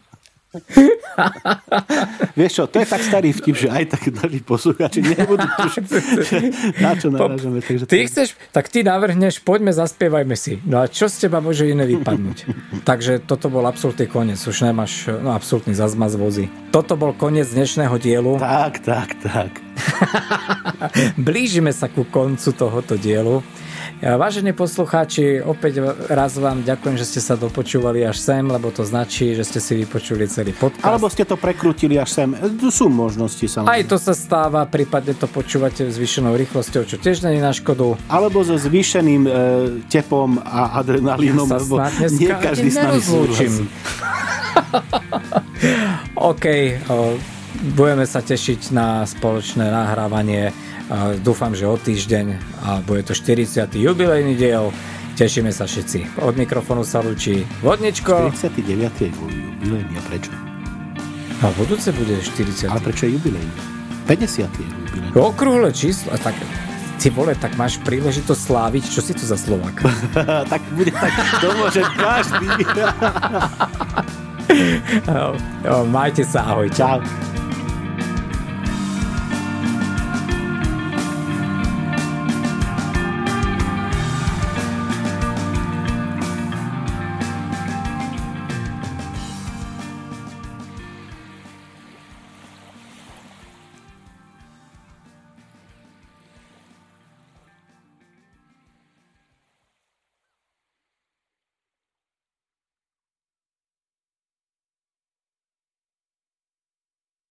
Vieš čo, to je tak starý vtip, že aj tak naši poslucháči nebudú tušiť, na čo narážame. Tak ty navrhneš, poďme, zaspievajme si. No a čo z teba môže iné vypadnúť? Takže toto bol absolútny koniec. Už nemáš absolútny zazmaz vozy. Toto bol koniec dnešného dielu. Tak. Blížime sa ku koncu tohoto dielu. Vážení poslucháči, opäť raz vám ďakujem, že ste sa dopočúvali až sem, lebo to značí, že ste si vypočuli celý podcast. Alebo ste to prekrútili až sem. Sú možnosti samozrejme. Aj to sa stáva, prípadne to počúvate zvýšenou rýchlosťou, čo tiež nie je na škodu. Alebo so zvýšeným tepom a adrenalínom, lebo nie každý s nami súhlasí. OK, budeme sa tešiť na spoločné nahrávanie. Dúfam, že o týždeň a bude to 40. jubilejný diel. Tešíme sa všetci. Od mikrofónu sa lúči Vodničko. 49. je jubilejný. A prečo? A budúce bude 40. Ale prečo je jubilejný? 50. je jubilejný. Okrúhle číslo. Tak, ty vole, tak máš príležitosť sláviť. Čo si tu za Slovák? Tak bude tak, to môže každý. Majte sa, ahoj. Čau.